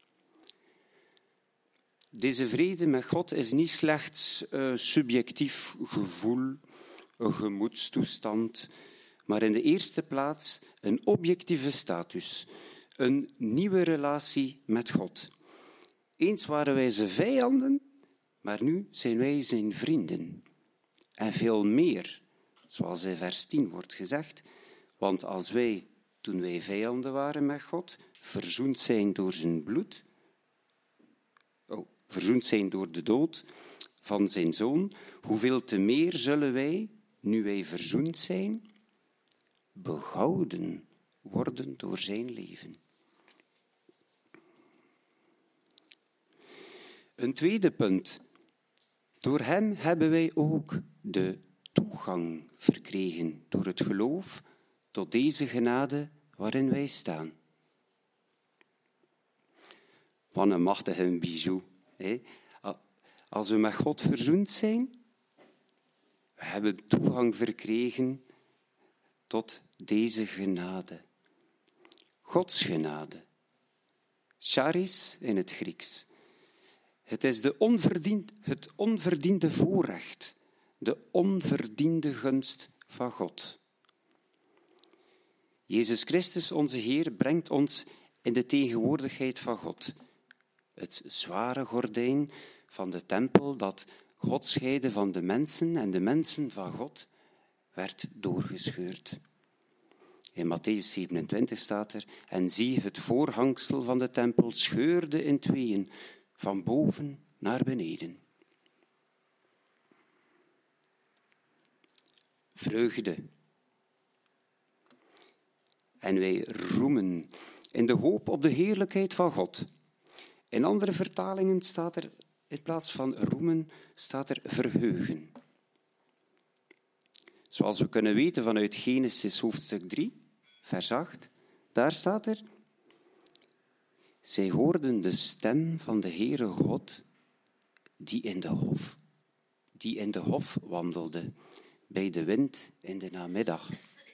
Deze vrede met God is niet slechts een subjectief gevoel, een gemoedstoestand, maar in de eerste plaats een objectieve status, een nieuwe relatie met God. Eens waren wij zijn vijanden, maar nu zijn wij zijn vrienden. En veel meer, zoals in vers tien wordt gezegd, want als wij, toen wij vijanden waren met God, verzoend zijn door zijn bloed, oh, verzoend zijn door de dood van zijn zoon, hoeveel te meer zullen wij, nu wij verzoend zijn, behouden worden door zijn leven. Een tweede punt. Door hem hebben wij ook de toegang verkregen door het geloof tot deze genade waarin wij staan. Wat een machtige bijou. Hè? Als we met God verzoend zijn, we hebben toegang verkregen tot deze genade. Gods genade. Charis in het Grieks. Het is de onverdiend, het onverdiende voorrecht, de onverdiende gunst van God. Jezus Christus, onze Heer, brengt ons in de tegenwoordigheid van God. Het zware gordijn van de tempel dat God scheidde van de mensen en de mensen van God, werd doorgescheurd. In Matthäus zevenentwintig staat er, en zie, het voorhangsel van de tempel scheurde in tweeën, van boven naar beneden. Vreugde. En wij roemen in de hoop op de heerlijkheid van God. In andere vertalingen staat er, in plaats van roemen, staat er verheugen. Zoals we kunnen weten vanuit Genesis hoofdstuk drie, vers acht, daar staat er, zij hoorden de stem van de Heere God, die in de hof, die in de hof wandelde, bij de wind in de namiddag.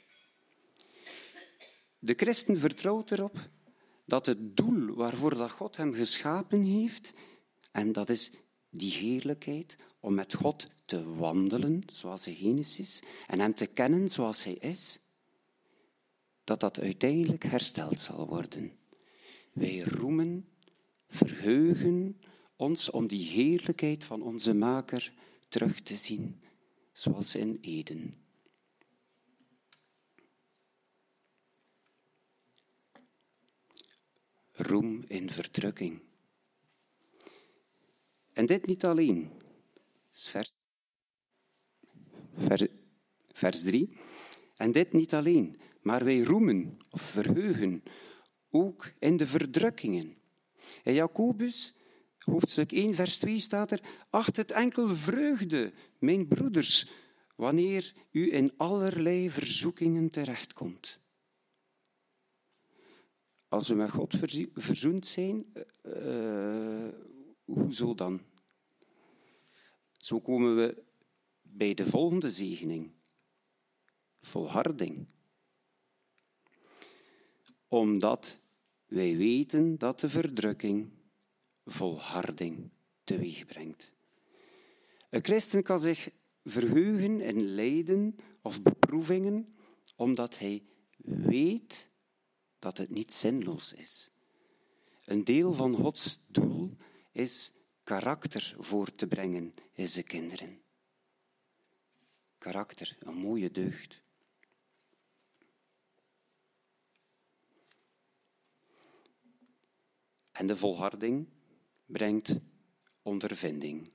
De christen vertrouwt erop dat het doel waarvoor dat God hem geschapen heeft, en dat is die heerlijkheid om met God te wandelen, zoals in Genesis, en hem te kennen zoals hij is, dat dat uiteindelijk hersteld zal worden. Wij roemen, verheugen ons om die heerlijkheid van onze Maker terug te zien, zoals in Eden. Roem in verdrukking. En dit niet alleen. Vers, vers, vers drie. En dit niet alleen, maar wij roemen of verheugen ook in de verdrukkingen. In Jacobus, hoofdstuk één, vers twee staat er, acht het enkel vreugde, mijn broeders, wanneer u in allerlei verzoekingen terechtkomt. Als we met God verzoend zijn, uh, hoezo dan? Zo komen we bij de volgende zegening. Volharding. Omdat wij weten dat de verdrukking volharding teweegbrengt. Een christen kan zich verheugen in lijden of beproevingen, omdat hij weet dat het niet zinloos is. Een deel van Gods doel is karakter voor te brengen in zijn kinderen. Karakter, een mooie deugd. En de volharding brengt ondervinding.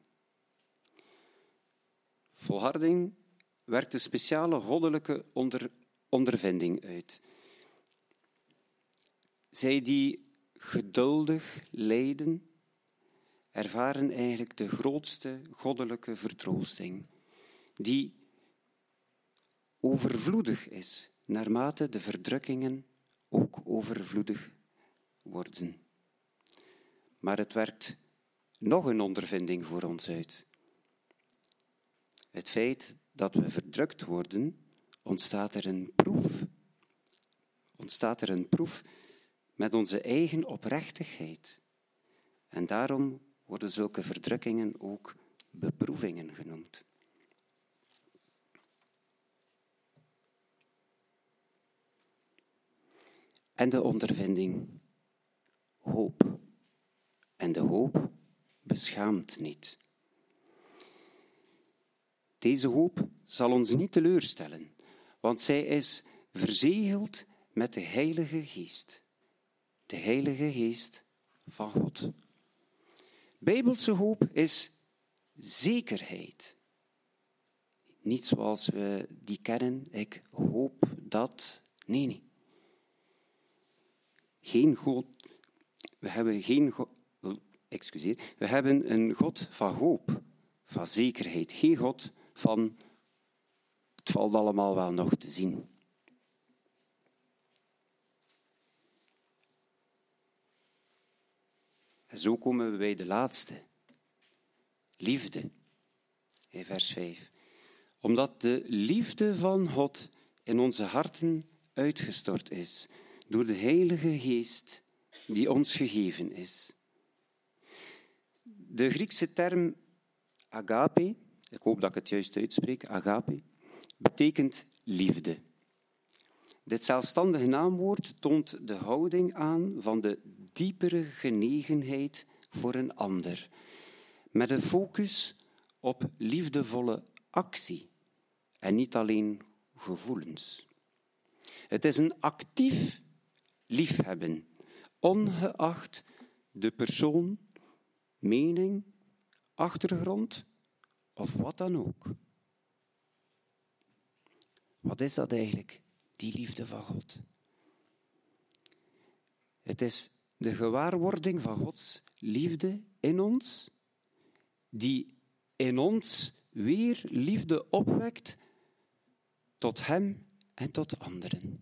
Volharding werkt een speciale goddelijke onder, ondervinding uit. Zij die geduldig lijden, ervaren eigenlijk de grootste goddelijke vertroosting, die overvloedig is, naarmate de verdrukkingen ook overvloedig worden. Maar het werkt nog een ondervinding voor ons uit. Het feit dat we verdrukt worden, ontstaat er een proef. ontstaat er een proef met onze eigen oprechtigheid. En daarom worden zulke verdrukkingen ook beproevingen genoemd. En de ondervinding, hoop. En de hoop beschaamt niet. Deze hoop zal ons niet teleurstellen, want zij is verzegeld met de Heilige Geest. De Heilige Geest van God. Bijbelse hoop is zekerheid. Niet zoals we die kennen, ik hoop dat. Nee, nee. Geen God. We hebben geen God. Excuseer. We hebben een God van hoop, van zekerheid. Geen God van het valt allemaal wel nog te zien. En zo komen we bij de laatste. Liefde. In vers vijf. Omdat de liefde van God in onze harten uitgestort is, door de Heilige Geest die ons gegeven is. De Griekse term agape, ik hoop dat ik het juist uitspreek, agape, betekent liefde. Dit zelfstandige naamwoord toont de houding aan van de diepere genegenheid voor een ander, met een focus op liefdevolle actie en niet alleen gevoelens. Het is een actief liefhebben, ongeacht de persoon, mening, achtergrond of wat dan ook. Wat is dat eigenlijk, die liefde van God? Het is de gewaarwording van Gods liefde in ons, die in ons weer liefde opwekt tot Hem en tot anderen.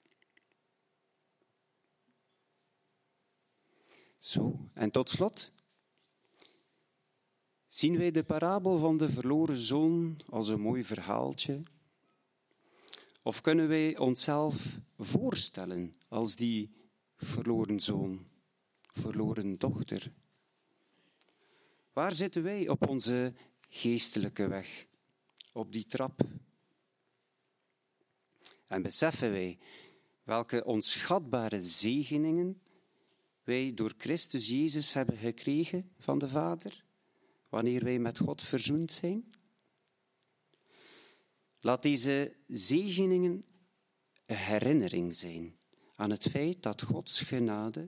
Zo, en tot slot zien wij de parabel van de verloren zoon als een mooi verhaaltje? Of kunnen wij onszelf voorstellen als die verloren zoon, verloren dochter? Waar zitten wij op onze geestelijke weg, op die trap? En beseffen wij welke onschatbare zegeningen wij door Christus Jezus hebben gekregen van de Vader, wanneer wij met God verzoend zijn? Laat deze zegeningen een herinnering zijn aan het feit dat Gods genade,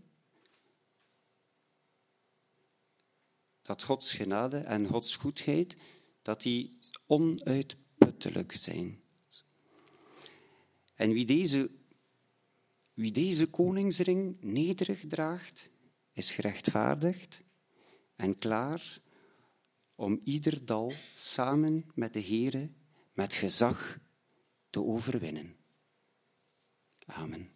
dat Gods genade en Gods goedheid, dat die onuitputtelijk zijn. En wie deze, wie deze koningsring nederig draagt, is gerechtvaardigd en klaar om ieder dal samen met de Heere met gezag te overwinnen. Amen.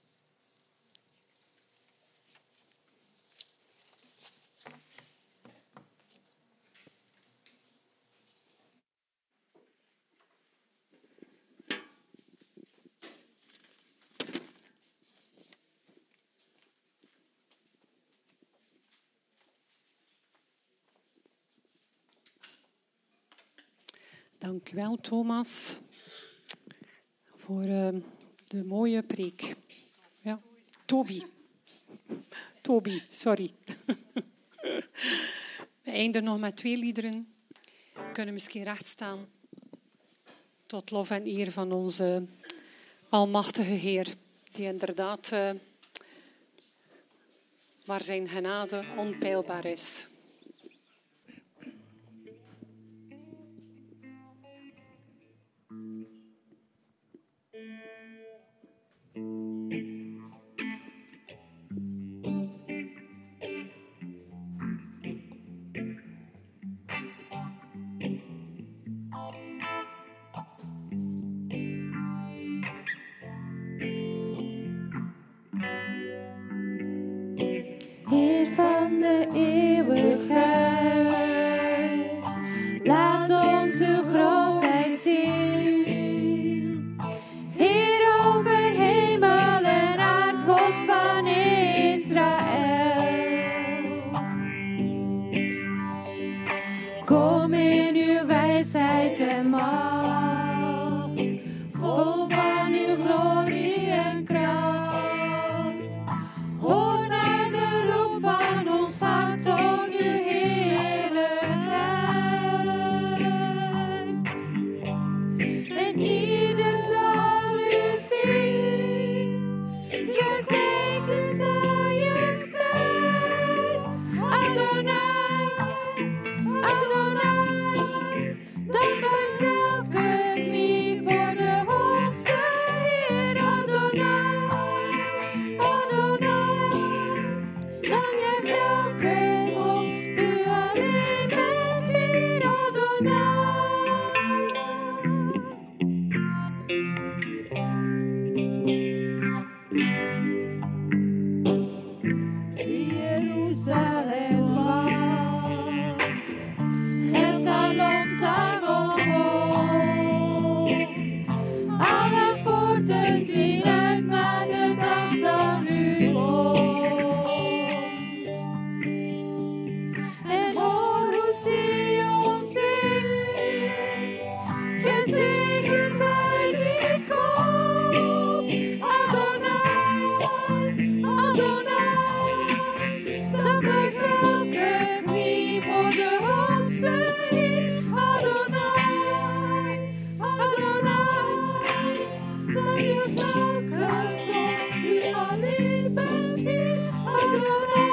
Dank u wel, Thomas, voor uh, de mooie preek. Ja, Toby. Toby, sorry. We eindigen nog met twee liederen. We kunnen misschien recht staan tot lof en eer van onze almachtige Heer, die inderdaad, uh, waar zijn genade onpeilbaar is. Heer van de eeuwigheid, laat ons uw grootheid zien. Heer over hemel en aarde. Gezegend majesteit. Adonai, Adonai. Dan buigt elke knie voor de hoogste Heer. Adonai, Adonai. Dan juicht elke tong, u alleen bent Heer. Adonai. Zie Jeruzalem wacht, heft haar lofzang omhoog. Alle poorten zien uit naar de dag dat u komt. En hoor hoe Sion zingt, gezegend hij die komt. Adonai, Adonai. Dan buigt elke knie voor de hoogste Heer. Adonai, Adonai. Dan juicht elke tong, u alleen bent Heer. Adonai.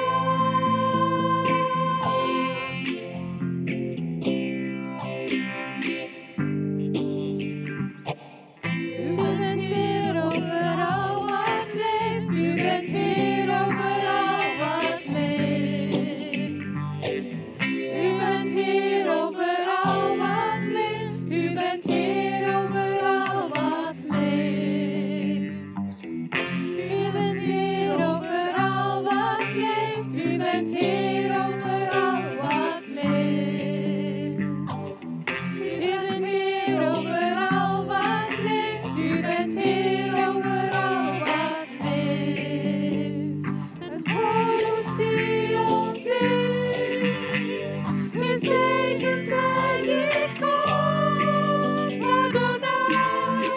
U bent Heer over al wat leeft. U bent Heer over al wat leeft. U bent Heer over al wat leeft. U bent Heer over al wat leeft. U bent Heer over al wat leeft. U bent Heer over al wat leeft. U bent Heer over al wat leeft. U bent Heer over al wat leeft. En hoor hoe Sion zingt, gezegend hij die komt. Adonai,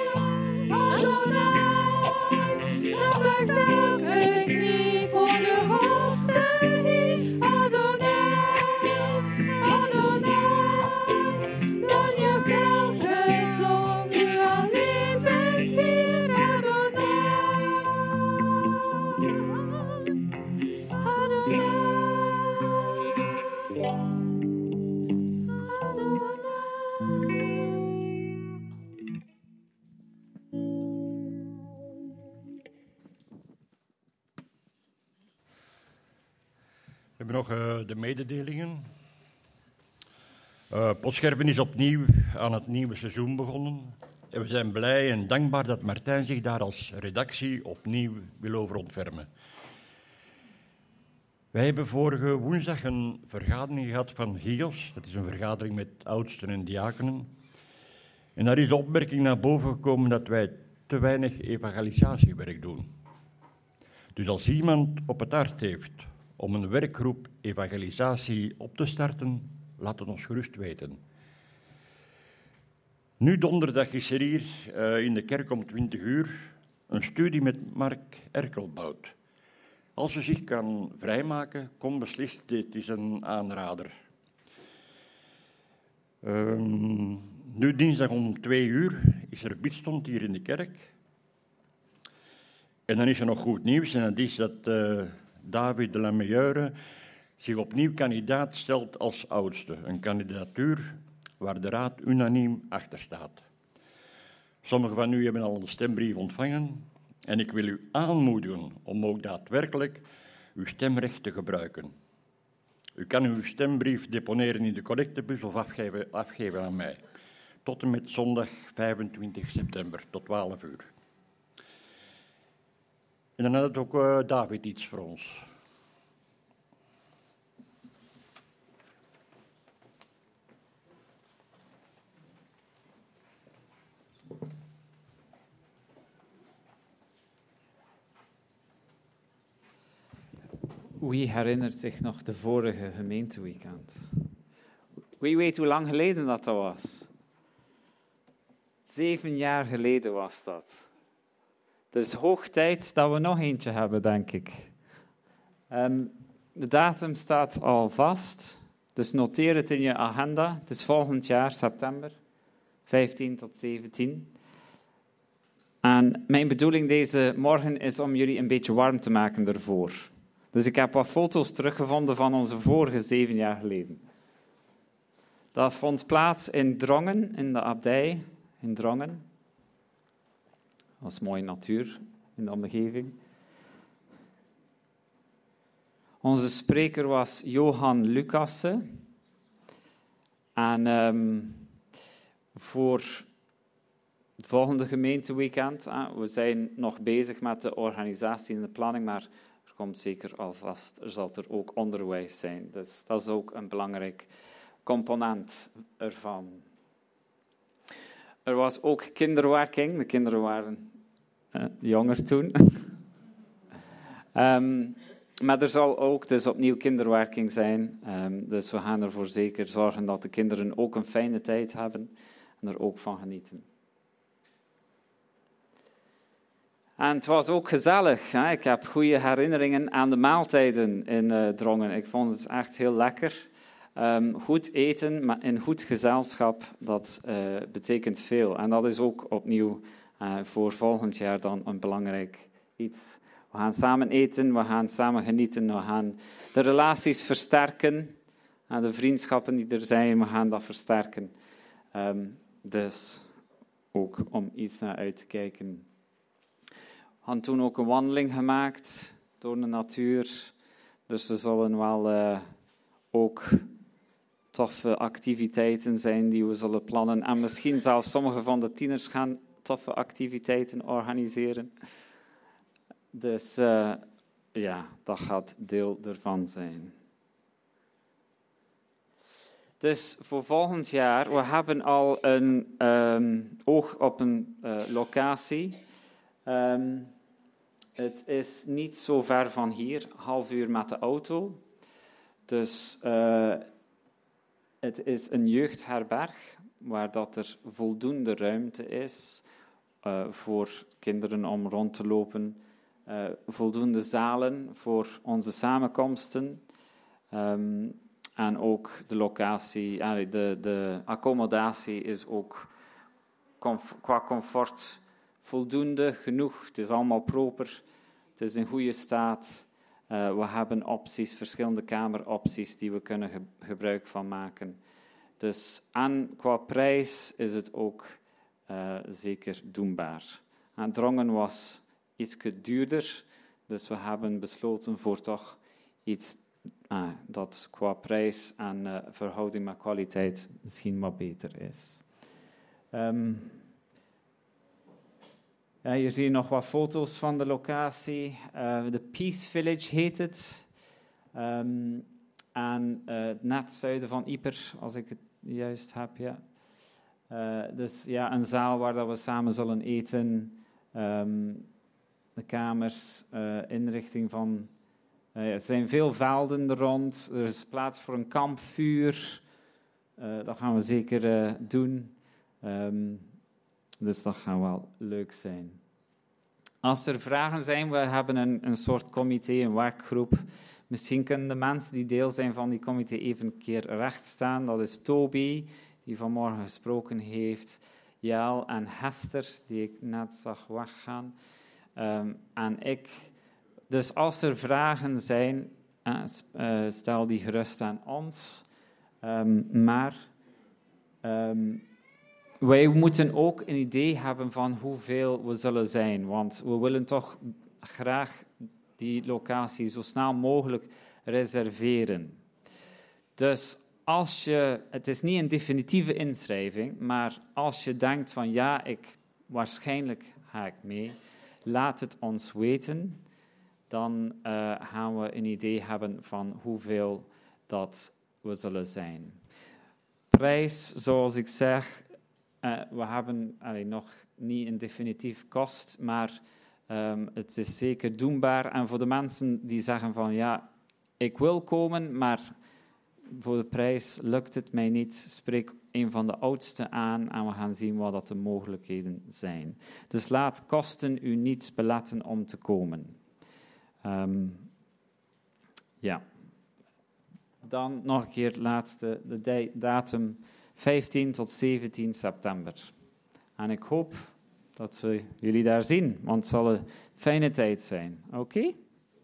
Adonai. Dan buigt elke knie voor de hoogste Heer. Adonai, Adonai. Dan juicht elke tong, u alleen bent Heer. Adonai, Adonai, We hebben nog eh, de mededelingen. Uh, Potscherven is opnieuw aan het nieuwe seizoen begonnen. En we zijn blij en dankbaar dat Martijn zich daar als redactie opnieuw wil over ontfermen. Wij hebben vorige woensdag een vergadering gehad van Gios. Dat is een vergadering met oudsten en diakenen. En daar is de opmerking naar boven gekomen dat wij te weinig evangelisatiewerk doen. Dus als iemand op het hart heeft om een werkgroep evangelisatie op te starten, laat het ons gerust weten. Nu donderdag is er hier uh, in de kerk om twintig uur een studie met Mark Erkelbout. Als u zich kan vrijmaken, kom beslist, dit is een aanrader. Um, nu dinsdag om twee uur is er bidstond hier in de kerk. En dan is er nog goed nieuws en dat is dat uh, David de la Meilleure zich opnieuw kandidaat stelt als oudste. Een kandidatuur waar de raad unaniem achter staat. Sommigen van u hebben al een stembrief ontvangen en ik wil u aanmoedigen om ook daadwerkelijk uw stemrecht te gebruiken. U kan uw stembrief deponeren in de collectebus of afgeven, afgeven aan mij. Tot en met zondag vijfentwintig september, tot twaalf uur. En dan had ook uh, David iets voor ons. Wie herinnert zich nog de vorige gemeenteweekend? Wie weet hoe lang geleden dat, dat was? Zeven jaar geleden was dat. Het is hoog tijd dat we nog eentje hebben, denk ik. Um, de datum staat al vast, dus noteer het in je agenda. Het is volgend jaar, september, vijftien tot zeventien. En mijn bedoeling deze morgen is om jullie een beetje warm te maken ervoor. Dus ik heb wat foto's teruggevonden van onze vorige zeven jaar geleden. Dat vond plaats in Drongen, in de abdij in Drongen. Dat is mooie natuur in de omgeving. Onze spreker was Johan Lucassen. En um, voor het volgende gemeenteweekend, uh, we zijn nog bezig met de organisatie en de planning, maar er komt zeker alvast, er zal er ook onderwijs zijn. Dus dat is ook een belangrijk component ervan. Er was ook kinderwerking. De kinderen waren uh, jonger toen. um, maar er zal ook dus opnieuw kinderwerking zijn. Um, dus we gaan ervoor zeker zorgen dat de kinderen ook een fijne tijd hebben en er ook van genieten. En het was ook gezellig. Hè? Ik heb goede herinneringen aan de maaltijden in uh, Drongen. Ik vond het echt heel lekker. Um, goed eten, maar in goed gezelschap, dat uh, betekent veel. En dat is ook opnieuw uh, voor volgend jaar dan een belangrijk iets. We gaan samen eten, we gaan samen genieten, we gaan de relaties versterken. En de vriendschappen die er zijn, we gaan dat versterken. Um, dus ook om iets naar uit te kijken. We hadden toen ook een wandeling gemaakt door de natuur. Dus er zullen wel uh, ook toffe activiteiten zijn die we zullen plannen. En misschien zelfs sommige van de tieners gaan toffe activiteiten organiseren. Dus uh, ja, dat gaat deel ervan zijn. Dus voor volgend jaar, we hebben al een um, oog op een uh, locatie. Um, het is niet zo ver van hier, half uur met de auto. Dus uh, het is een jeugdherberg waar dat er voldoende ruimte is uh, voor kinderen om rond te lopen. Uh, voldoende zalen voor onze samenkomsten. Um, en ook de locatie, uh, de, de accommodatie is ook comf- qua comfort voldoende, genoeg. Het is allemaal proper. Het is in goede staat. Uh, we hebben opties, verschillende kameropties die we kunnen ge- gebruik van maken. Dus en qua prijs is het ook uh, zeker doenbaar. En Drongen was iets duurder, dus we hebben besloten voor toch iets uh, dat qua prijs en uh, verhouding met kwaliteit misschien wat beter is. Um, Ja, hier zie je nog wat foto's van de locatie. Uh, de Peace Village heet het. Um, en uh, net zuiden van Ieper, als ik het juist heb. Ja. Uh, dus ja, een zaal waar dat we samen zullen eten. Um, de kamers, uh, inrichting van... Uh, er zijn veel velden er rond. Er is plaats voor een kampvuur. Uh, dat gaan we zeker uh, doen. Um, Dus dat gaat wel leuk zijn. Als er vragen zijn, we hebben een, een soort comité, een werkgroep. Misschien kunnen de mensen die deel zijn van die comité even een keer recht staan. Dat is Toby, die vanmorgen gesproken heeft. Jael en Hester, die ik net zag weggaan. Um, en ik. Dus als er vragen zijn, uh, stel die gerust aan ons. Um, maar... Um, Wij moeten ook een idee hebben van hoeveel we zullen zijn, want we willen toch graag die locatie zo snel mogelijk reserveren. Dus als je, het is niet een definitieve inschrijving, maar als je denkt van ja, ik, waarschijnlijk ga ik mee, laat het ons weten. Dan uh, gaan we een idee hebben van hoeveel dat we zullen zijn. Prijs, zoals ik zeg... Uh, we hebben allee, nog niet een definitief kost, maar um, het is zeker doenbaar. En voor de mensen die zeggen van ja, ik wil komen, maar voor de prijs lukt het mij niet, spreek een van de oudsten aan en we gaan zien wat dat de mogelijkheden zijn. Dus laat kosten u niet beletten om te komen. Um, ja. Dan nog een keer laatste, de datum... vijftien tot zeventien september. En ik hoop dat we jullie daar zien. Want het zal een fijne tijd zijn. Oké? Okay?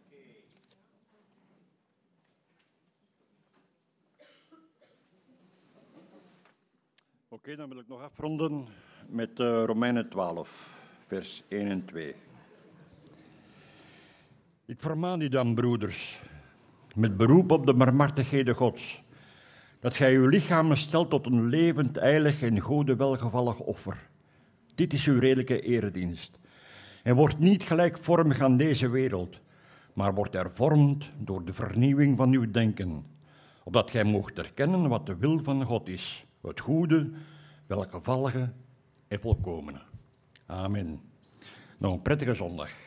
Oké, okay, dan wil ik nog afronden met uh, Romeinen twaalf, vers één en twee. Ik vermaan u dan, broeders, met beroep op de barmhartigheden Gods, dat gij uw lichamen stelt tot een levend, heilig en gode welgevallig offer. Dit is uw redelijke eredienst. En wordt niet gelijkvormig aan deze wereld, maar wordt hervormd door de vernieuwing van uw denken, opdat gij moogt erkennen wat de wil van God is, het goede, welgevallige en volkomene. Amen. Nog een prettige zondag.